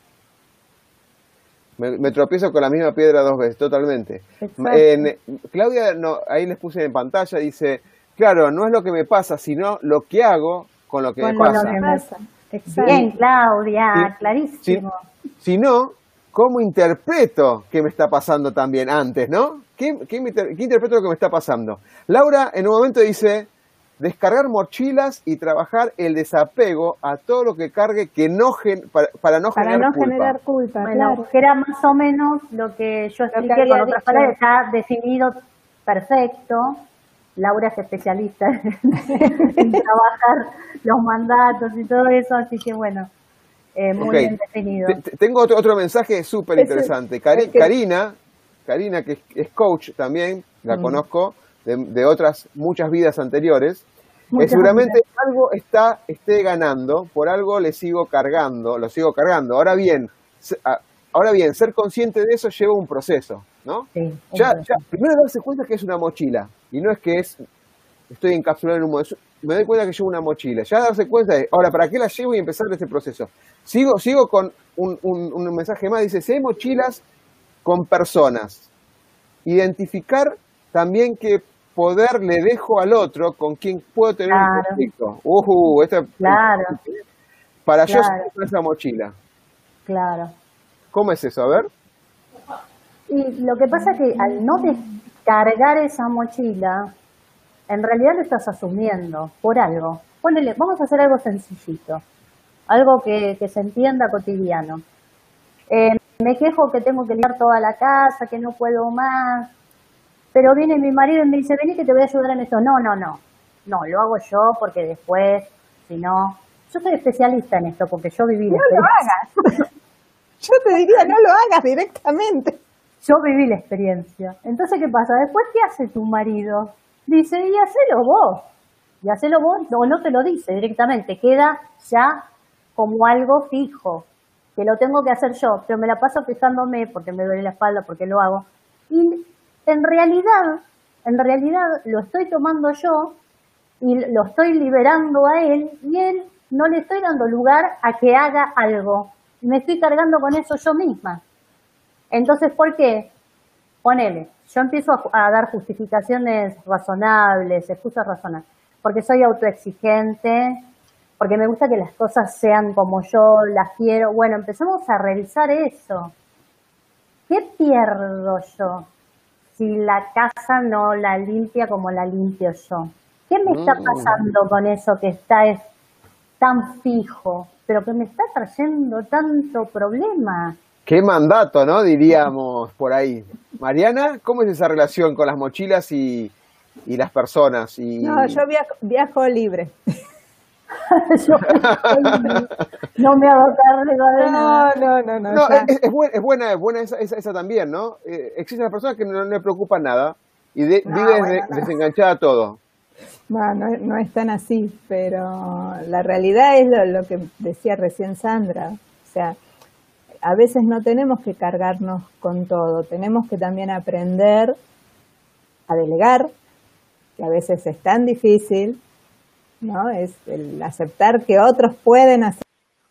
Me tropiezo con la misma piedra 2 veces, totalmente. Claudia, ahí les puse en pantalla, dice, claro, no es lo que me pasa, sino lo que hago con lo que me pasa. Bien, Claudia, clarísimo. Sino, ¿cómo interpreto qué me está pasando también antes, no? ¿Qué interpreto lo que me está pasando? Laura en un momento dice, descargar mochilas y trabajar el desapego a todo lo que cargue que para no generar culpa. Bueno, claro. Que era más o menos lo que yo expliqué con otras palabras, está definido perfecto. Laura es especialista en trabajar los mandatos y todo eso, así que bueno, muy bien definido. Tengo otro mensaje súper interesante. Karina, que es coach también, la conozco de otras muchas vidas anteriores, seguramente algo esté ganando, por algo lo sigo cargando. Ahora bien, ser consciente de eso lleva un proceso, ¿no? Sí, primero darse cuenta que es una mochila, y no es que estoy encapsulado en un modelo, me doy cuenta que llevo una mochila, ya darse cuenta de, ahora, ¿para qué la llevo? Y empezar este proceso. Sigo con un mensaje más, dice, si hay mochilas con personas, identificar también qué poder le dejo al otro con quien puedo tener un conflicto. Para yo salir con esa mochila. Claro. ¿Cómo es eso? A ver. Y lo que pasa es que al no descargar esa mochila, en realidad lo estás asumiendo por algo. Ponele, vamos a hacer algo sencillito, algo que se entienda cotidiano. Me quejo que tengo que limpiar toda la casa, que no puedo más, pero viene mi marido y me dice, vení que te voy a ayudar en esto. No, lo hago yo porque después, si no... Yo soy especialista en esto porque yo viví la experiencia. No lo hagas. Yo te diría, no lo hagas directamente. Yo viví la experiencia. Entonces, ¿qué pasa? Después, ¿qué hace tu marido? Dice, y hacelo vos. Y hacelo vos, o no te lo dice directamente. Queda ya como algo fijo, que lo tengo que hacer yo. Pero me la paso fijándome porque me duele la espalda, porque lo hago. Y en realidad, en realidad lo estoy tomando yo y lo estoy liberando a él y él no le estoy dando lugar a que haga algo. Me estoy cargando con eso yo misma. Entonces, ¿por qué? Ponele, yo empiezo a dar justificaciones razonables, excusas razonables, porque soy autoexigente, porque me gusta que las cosas sean como yo las quiero. Bueno, empezamos a revisar eso. ¿Qué pierdo yo si la casa no la limpia como la limpio yo? ¿Qué me está pasando con eso que está tan fijo, pero que me está trayendo tanto problema? Qué mandato, ¿no? Diríamos por ahí. Mariana, ¿cómo es esa relación con las mochilas y las personas? No, yo viajo libre. Yo no me hago cargo de nada. No, es buena esa también, ¿no? Existen las personas que no le preocupan nada y viven desenganchada todo. No es tan así, pero la realidad es lo que decía recién Sandra. O sea, a veces no tenemos que cargarnos con todo, tenemos que también aprender a delegar, que a veces es tan difícil, ¿no? Es el aceptar que otros pueden hacer.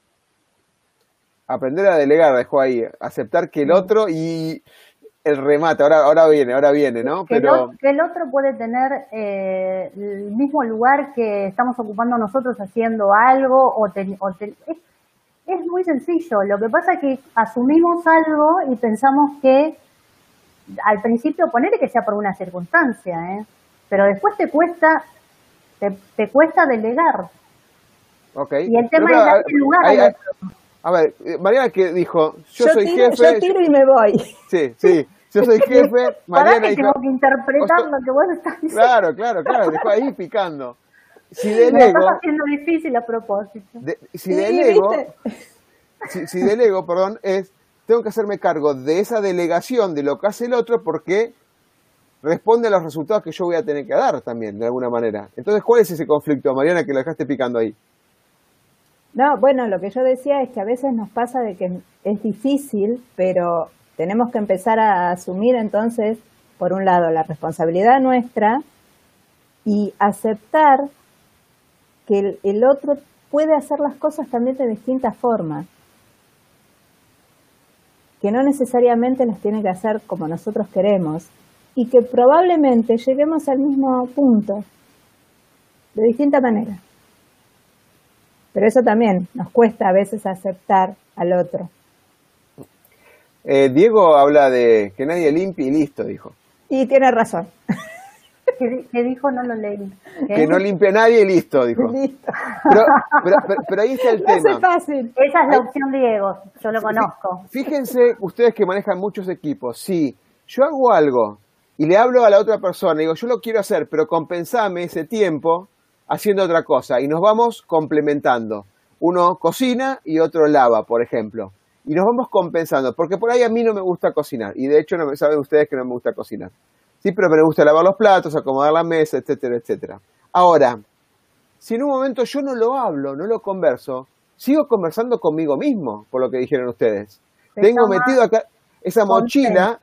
Aprender a delegar, dejó ahí, aceptar que el otro y el remate, ahora viene, ¿no? Que el otro puede tener el mismo lugar que estamos ocupando nosotros haciendo algo es muy sencillo. Lo que pasa es que asumimos algo y pensamos que al principio ponele que sea por una circunstancia, pero después te cuesta delegar. Okay. Y el tema es darle lugar al otro. A ver, Mariana que dijo, yo soy jefe. Yo tiro y me voy. Sí, yo soy jefe. Mariana dijo, tengo que interpretar lo que vos estás diciendo. Claro, dejó ahí picando. Si Me delego, estás haciendo difícil a propósito. Si delego, tengo que hacerme cargo de esa delegación de lo que hace el otro porque responde a los resultados que yo voy a tener que dar también, de alguna manera. Entonces, ¿cuál es ese conflicto, Mariana, que lo dejaste picando ahí? No, bueno, lo que yo decía es que a veces nos pasa de que es difícil, pero tenemos que empezar a asumir entonces, por un lado, la responsabilidad nuestra y aceptar que el otro puede hacer las cosas también de distintas formas, que no necesariamente las tiene que hacer como nosotros queremos y que probablemente lleguemos al mismo punto, de distinta manera. Pero eso también nos cuesta a veces aceptar al otro. Diego habla de que nadie limpie y listo, dijo. Y tiene razón. ¿Qué dijo? No lo leí. Que no limpie nadie y listo, dijo. Listo. Pero ahí está el tema. No es fácil. Esa es la opción de Diego, yo lo conozco. Fíjense ustedes que manejan muchos equipos. Si yo hago algo y le hablo a la otra persona y digo, yo lo quiero hacer, pero compensame ese tiempo haciendo otra cosa y nos vamos complementando. Uno cocina y otro lava, por ejemplo. Y nos vamos compensando, porque por ahí a mí no me gusta cocinar. Y de hecho no saben ustedes que no me gusta cocinar. Sí, pero me gusta lavar los platos, acomodar la mesa, etcétera, etcétera. Ahora, si en un momento yo no lo hablo, no lo converso, sigo conversando conmigo mismo, por lo que dijeron ustedes. Tengo metido acá, esa mochila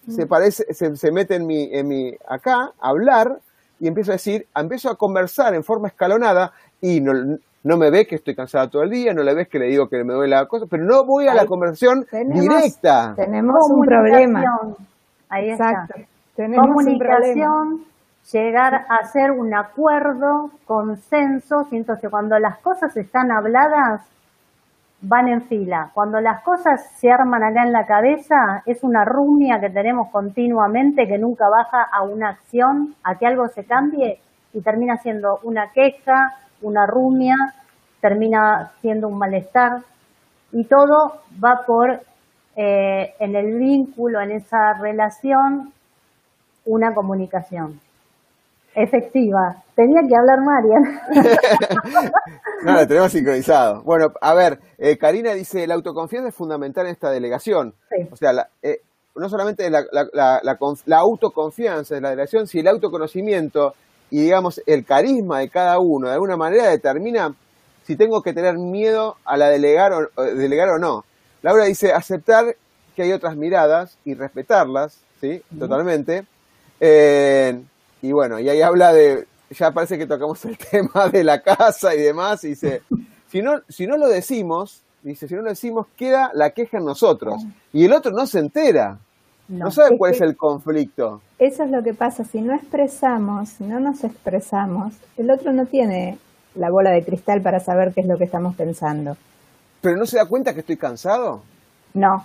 se mete en mi acá, a hablar, y empiezo a conversar en forma escalonada, y no me ve que estoy cansada todo el día, no le ves que le digo que me duele la cosa, pero no voy a la conversación directa. Tenemos un problema. Ahí Exacto. está. Tenemos Comunicación, llegar a hacer un acuerdo, consenso, siento que cuando las cosas están habladas, van en fila. Cuando las cosas se arman acá en la cabeza, es una rumia que tenemos continuamente que nunca baja a una acción, a que algo se cambie y termina siendo una queja, una rumia, termina siendo un malestar y todo va por en el vínculo, en esa relación, una comunicación efectiva. Tenía que hablar Marian. No, lo tenemos sincronizado. Bueno, a ver, Karina dice, la autoconfianza es fundamental en esta delegación. Sí. O sea, no solamente la autoconfianza de la delegación, sino el autoconocimiento y, digamos, el carisma de cada uno, de alguna manera determina si tengo que tener miedo a delegar o no. Laura dice, aceptar que hay otras miradas y respetarlas, ¿sí? Totalmente. Y bueno, y ahí habla ya parece que tocamos el tema de la casa y demás, y dice, si no lo decimos, queda la queja en nosotros, y el otro no se entera, no sabe cuál es el conflicto. Eso es lo que pasa, si no expresamos, si no nos expresamos, el otro no tiene la bola de cristal para saber qué es lo que estamos pensando. ¿Pero no se da cuenta que estoy cansado? No.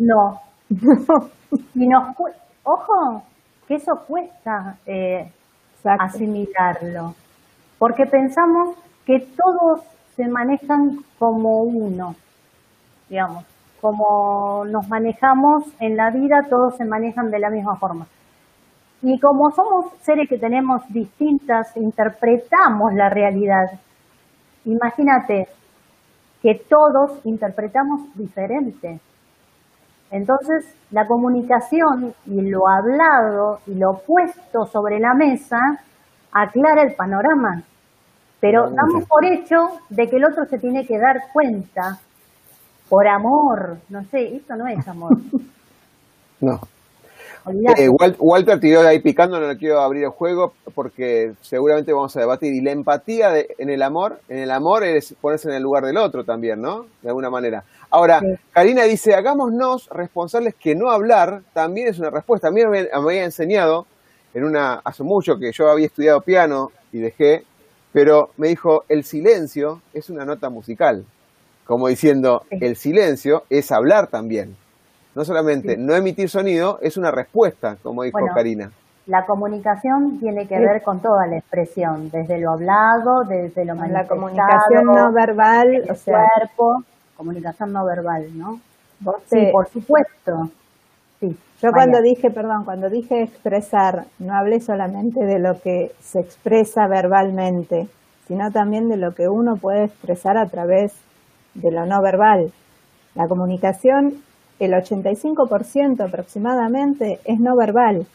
Y ojo, que eso cuesta asimilarlo, porque pensamos que todos se manejan como uno, digamos, como nos manejamos en la vida, todos se manejan de la misma forma. Y como somos seres que tenemos distintas, interpretamos la realidad. Imagínate que todos interpretamos diferente. Entonces, la comunicación y lo hablado y lo puesto sobre la mesa aclara el panorama. Pero damos por hecho de que el otro se tiene que dar cuenta por amor. No sé, esto no es amor. No. Walter tiró de ahí picando, no le quiero abrir el juego porque seguramente vamos a debatir. Y la empatía en el amor es ponerse en el lugar del otro también, ¿no? De alguna manera. Ahora, sí. Karina dice, hagámonos responsables que no hablar también es una respuesta. A mí me había enseñado, hace mucho que yo había estudiado piano y dejé, pero me dijo, el silencio es una nota musical. Como diciendo, el silencio es hablar también. No solamente no emitir sonido, es una respuesta, como dijo Karina. La comunicación tiene que ver con toda la expresión, desde lo hablado, desde lo manifestado. La comunicación no verbal, el cuerpo, comunicación no verbal, ¿no? Sí, por supuesto. Sí, yo cuando dije expresar, no hablé solamente de lo que se expresa verbalmente, sino también de lo que uno puede expresar a través de lo no verbal. La comunicación, el 85% aproximadamente es no verbal.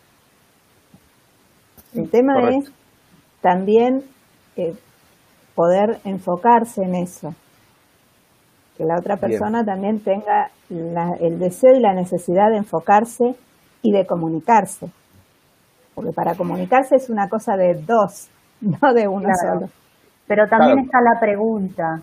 El tema es también poder enfocarse en eso. Que la otra persona también tenga el deseo y la necesidad de enfocarse y de comunicarse. Porque para comunicarse es una cosa de dos, no de uno solo. Pero también está la pregunta.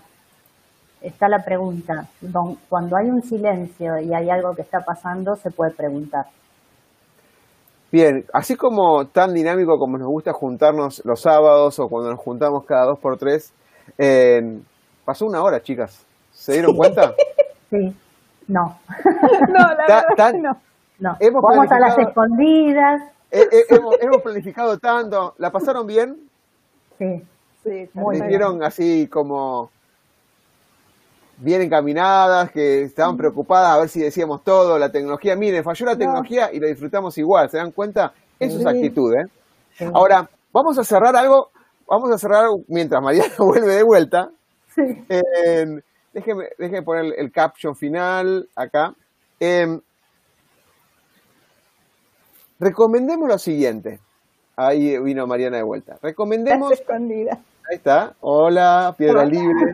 Cuando hay un silencio y hay algo que está pasando, se puede preguntar. Bien, así como tan dinámico como nos gusta juntarnos los sábados o cuando nos juntamos cada 2 por 3, pasó 1 hora, chicas. ¿Se dieron cuenta? Sí, no. No, la verdad no. Vamos a las escondidas. Hemos planificado tanto. ¿La pasaron bien? Sí. Muy bien. ¿Vieron así como bien encaminadas, que estaban preocupadas a ver si decíamos todo, la tecnología? Miren, falló la tecnología y lo disfrutamos igual, ¿se dan cuenta? Eso es actitud, ¿eh? Sí. Ahora, vamos a cerrar mientras Mariana vuelve de vuelta. Sí. Déjeme poner el caption final acá. Recomendemos lo siguiente. Ahí vino Mariana de vuelta. Recomendemos... Estás escondida. Ahí está. Hola, Piedra Libre.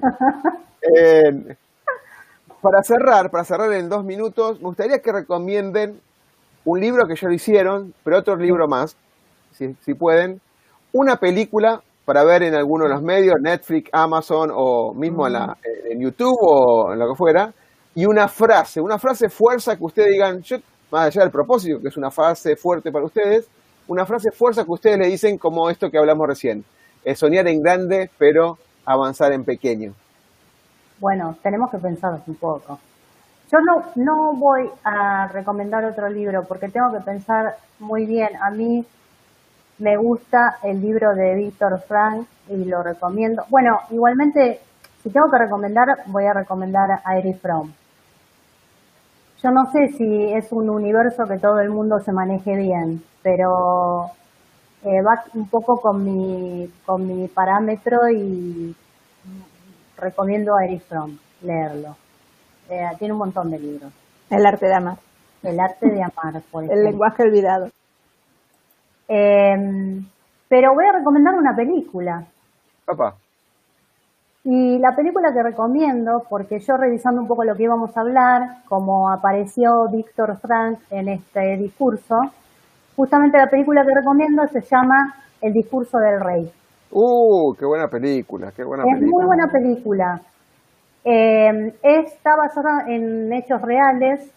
Para cerrar en 2 minutos, me gustaría que recomienden un libro que ya lo hicieron, pero otro libro más, si pueden. Una película para ver en alguno de los medios, Netflix, Amazon o mismo en YouTube o en lo que fuera. Y una frase fuerza que ustedes digan, más allá del propósito, que es una frase fuerte para ustedes, una frase fuerza que ustedes le dicen como esto que hablamos recién. Soñar en grande, pero avanzar en pequeño. Bueno, tenemos que pensar un poco. Yo no voy a recomendar otro libro porque tengo que pensar muy bien. A mí me gusta el libro de Víctor Frank y lo recomiendo. Bueno, igualmente, si tengo que recomendar, voy a recomendar a Erich Fromm. Yo no sé si es un universo que todo el mundo se maneje bien, pero va un poco con mi parámetro y recomiendo a Erich Fromm leerlo. Tiene un montón de libros. El arte de amar. El arte de amar, por ejemplo. El lenguaje olvidado. Pero voy a recomendar una película. Papá. Y la película que recomiendo, porque yo revisando un poco lo que íbamos a hablar, como apareció Víctor Frank en este discurso, justamente la película que recomiendo se llama El discurso del rey. Qué buena película, qué buena Es película. muy buena película. Está basada en hechos reales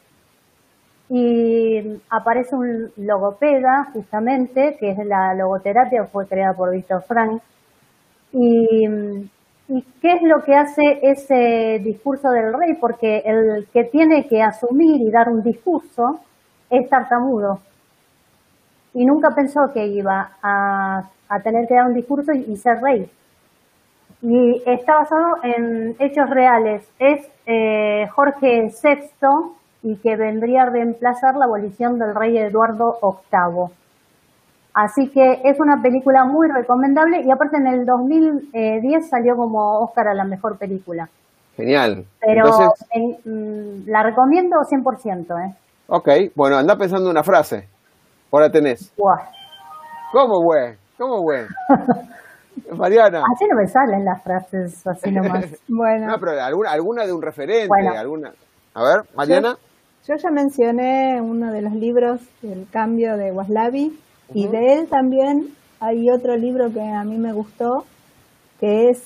y aparece un logopeda, justamente, que es la logoterapia, fue creada por Víctor Frank. ¿Y qué es lo que hace ese discurso del rey? Porque el que tiene que asumir y dar un discurso es tartamudo. Y nunca pensó que iba a tener que dar un discurso y ser rey. Y está basado en hechos reales. Es Jorge VI y que vendría a reemplazar la abolición del rey Eduardo VIII. Así que es una película muy recomendable y aparte en el 2010 salió como Oscar a la mejor película. Genial. Pero Entonces, la recomiendo 100%. ok, bueno, anda pensando una frase. Ahora tenés. Buah. ¿Cómo, güey? ¿Cómo, güey? Mariana. Así no me salen las frases, así nomás. Bueno, No, pero alguna de un referente, Bueno. alguna. A ver, Mariana. yo ya mencioné uno de los libros, El cambio de Waslavi, y de él también hay otro libro que a mí me gustó, que es...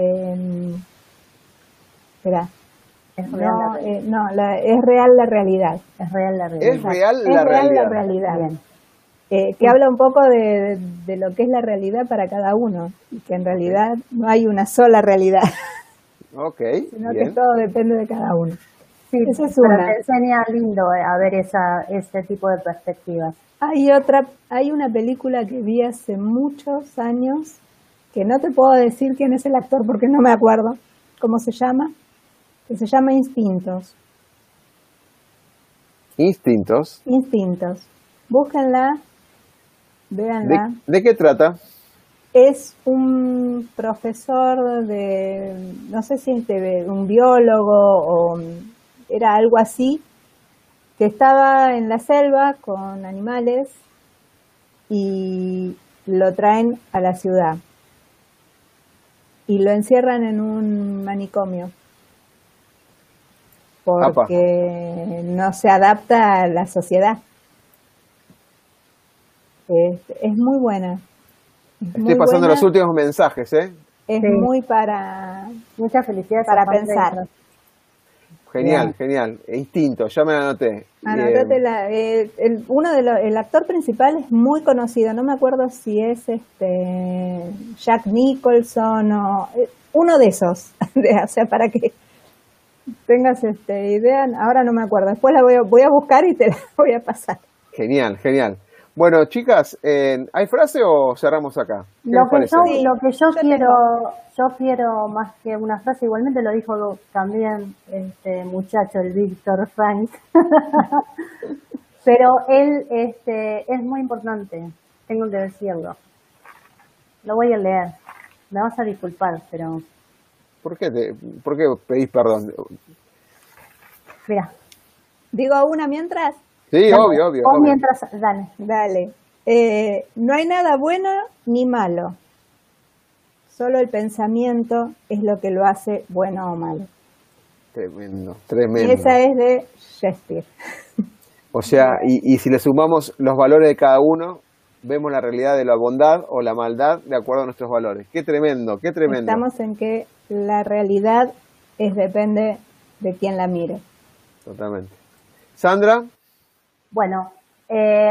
espera. Es real, Es real la realidad. es real la realidad. Es real Es la real realidad. la realidad. Bien. Que habla un poco de lo que es la realidad para cada uno, y que en realidad no hay una sola realidad, Ok, sino bien. que todo depende de cada uno. Sí, Esa es pero una. te enseña lindo a ver ese tipo de perspectivas. Hay una película que vi hace muchos años, que no te puedo decir quién es el actor porque no me acuerdo cómo se llama, que se llama Instintos. Instintos. Búsquenla, véanla. ¿De qué trata? Es un profesor no sé si un biólogo o era algo así, que estaba en la selva con animales y lo traen a la ciudad y lo encierran en un manicomio porque no se adapta a la sociedad. Es muy buena. Estoy pasando los últimos mensajes, ¿eh? Es Sí. muy para Muchas felicidades. Para a Juan pensar. Pedro. Genial, Bien. genial. Instinto, ya me la anoté. Anotate el actor principal es muy conocido, no me acuerdo si es Jack Nicholson o uno de esos, o sea, para que tengas idea, ahora no me acuerdo, después la voy a buscar y te la voy a pasar. Genial, genial. Bueno, chicas, ¿hay frase o cerramos acá? ¿Qué les parece? Lo que yo quiero, tengo. yo quiero más que una frase, igualmente lo dijo también este muchacho, el Víctor Frank. Pero él es muy importante, tengo que decirlo. Lo voy a leer. Me vas a disculpar, pero ¿Por qué pedís perdón? mira. Digo una mientras. Sí, Dale, obvio. vos mientras, dale. Dale. No hay nada bueno ni malo. Solo el pensamiento es lo que lo hace bueno o malo. Tremendo, Y tremendo. esa es de Shakespeare. O sea, y si le sumamos los valores de cada uno, vemos la realidad de la bondad o la maldad de acuerdo a nuestros valores. Qué tremendo, qué tremendo. Estamos en que la realidad depende de quién la mire. Totalmente. Sandra, Bueno, a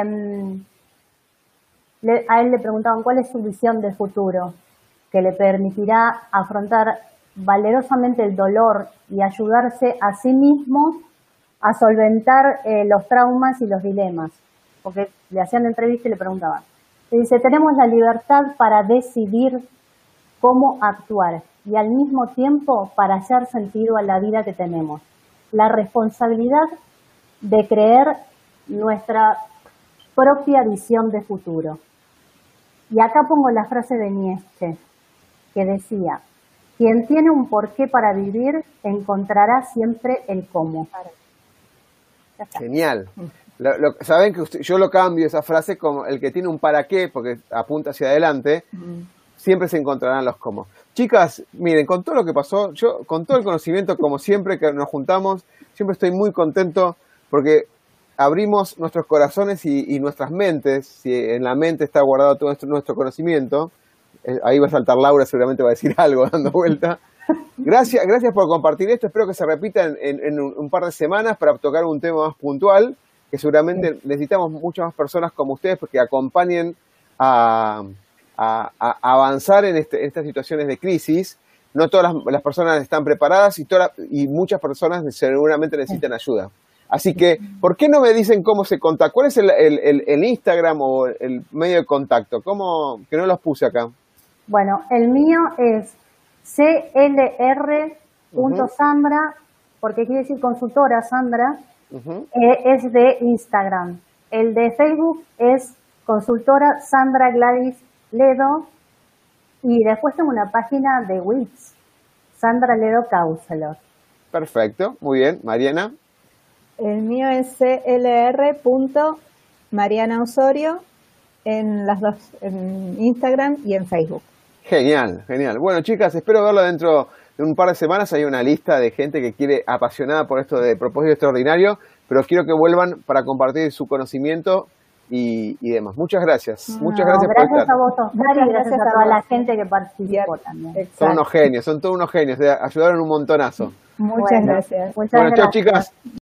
él le preguntaban cuál es su visión del futuro, que le permitirá afrontar valerosamente el dolor y ayudarse a sí mismo a solventar los traumas y los dilemas. Porque le hacían entrevista y le preguntaban. Le dice, tenemos la libertad para decidir cómo actuar y al mismo tiempo para hallar sentido a la vida que tenemos. La responsabilidad de creer nuestra propia visión de futuro. Y acá pongo la frase de Nietzsche, que decía, quien tiene un porqué para vivir encontrará siempre el cómo. Ya está. genial. Saben que yo lo cambio esa frase como el que tiene un para qué, porque apunta hacia adelante, siempre se encontrarán los cómo. Chicas, miren, con todo lo que pasó, yo con todo el conocimiento, como siempre que nos juntamos, siempre estoy muy contento porque abrimos nuestros corazones y nuestras mentes, si en la mente está guardado todo nuestro conocimiento, ahí va a saltar Laura, seguramente va a decir algo dando vuelta. Gracias por compartir esto, espero que se repita en un par de semanas para tocar un tema más puntual, que seguramente necesitamos muchas más personas como ustedes porque acompañen a avanzar en estas situaciones de crisis. No todas las personas están preparadas y muchas personas seguramente necesitan ayuda. Así que, ¿por qué no me dicen cómo se contacta? ¿Cuál es el Instagram o el medio de contacto? ¿Cómo? Que no los puse acá. Bueno, el mío es clr.sandra, porque quiere decir consultora Sandra, es de Instagram. El de Facebook es consultora Sandra Gladys Ledo, y después tengo una página de Wix, Sandra Ledo Counselor. Perfecto, muy bien. Mariana. El mío es clr.mariana Osorio en las dos, en Instagram y en Facebook. Genial, genial. Bueno, chicas, espero verlo dentro de un par de semanas. Hay una lista de gente que quiere apasionada por esto de propósito extraordinario, pero quiero que vuelvan para compartir su conocimiento y demás. Muchas gracias. Muchas gracias por estar. Gracias a vos, Oscar, y gracias a toda la gente que participó también. Exacto. Son unos genios, son todos unos genios. Ayudaron un montonazo. Muchas gracias. Muchas gracias. Chao, chicas.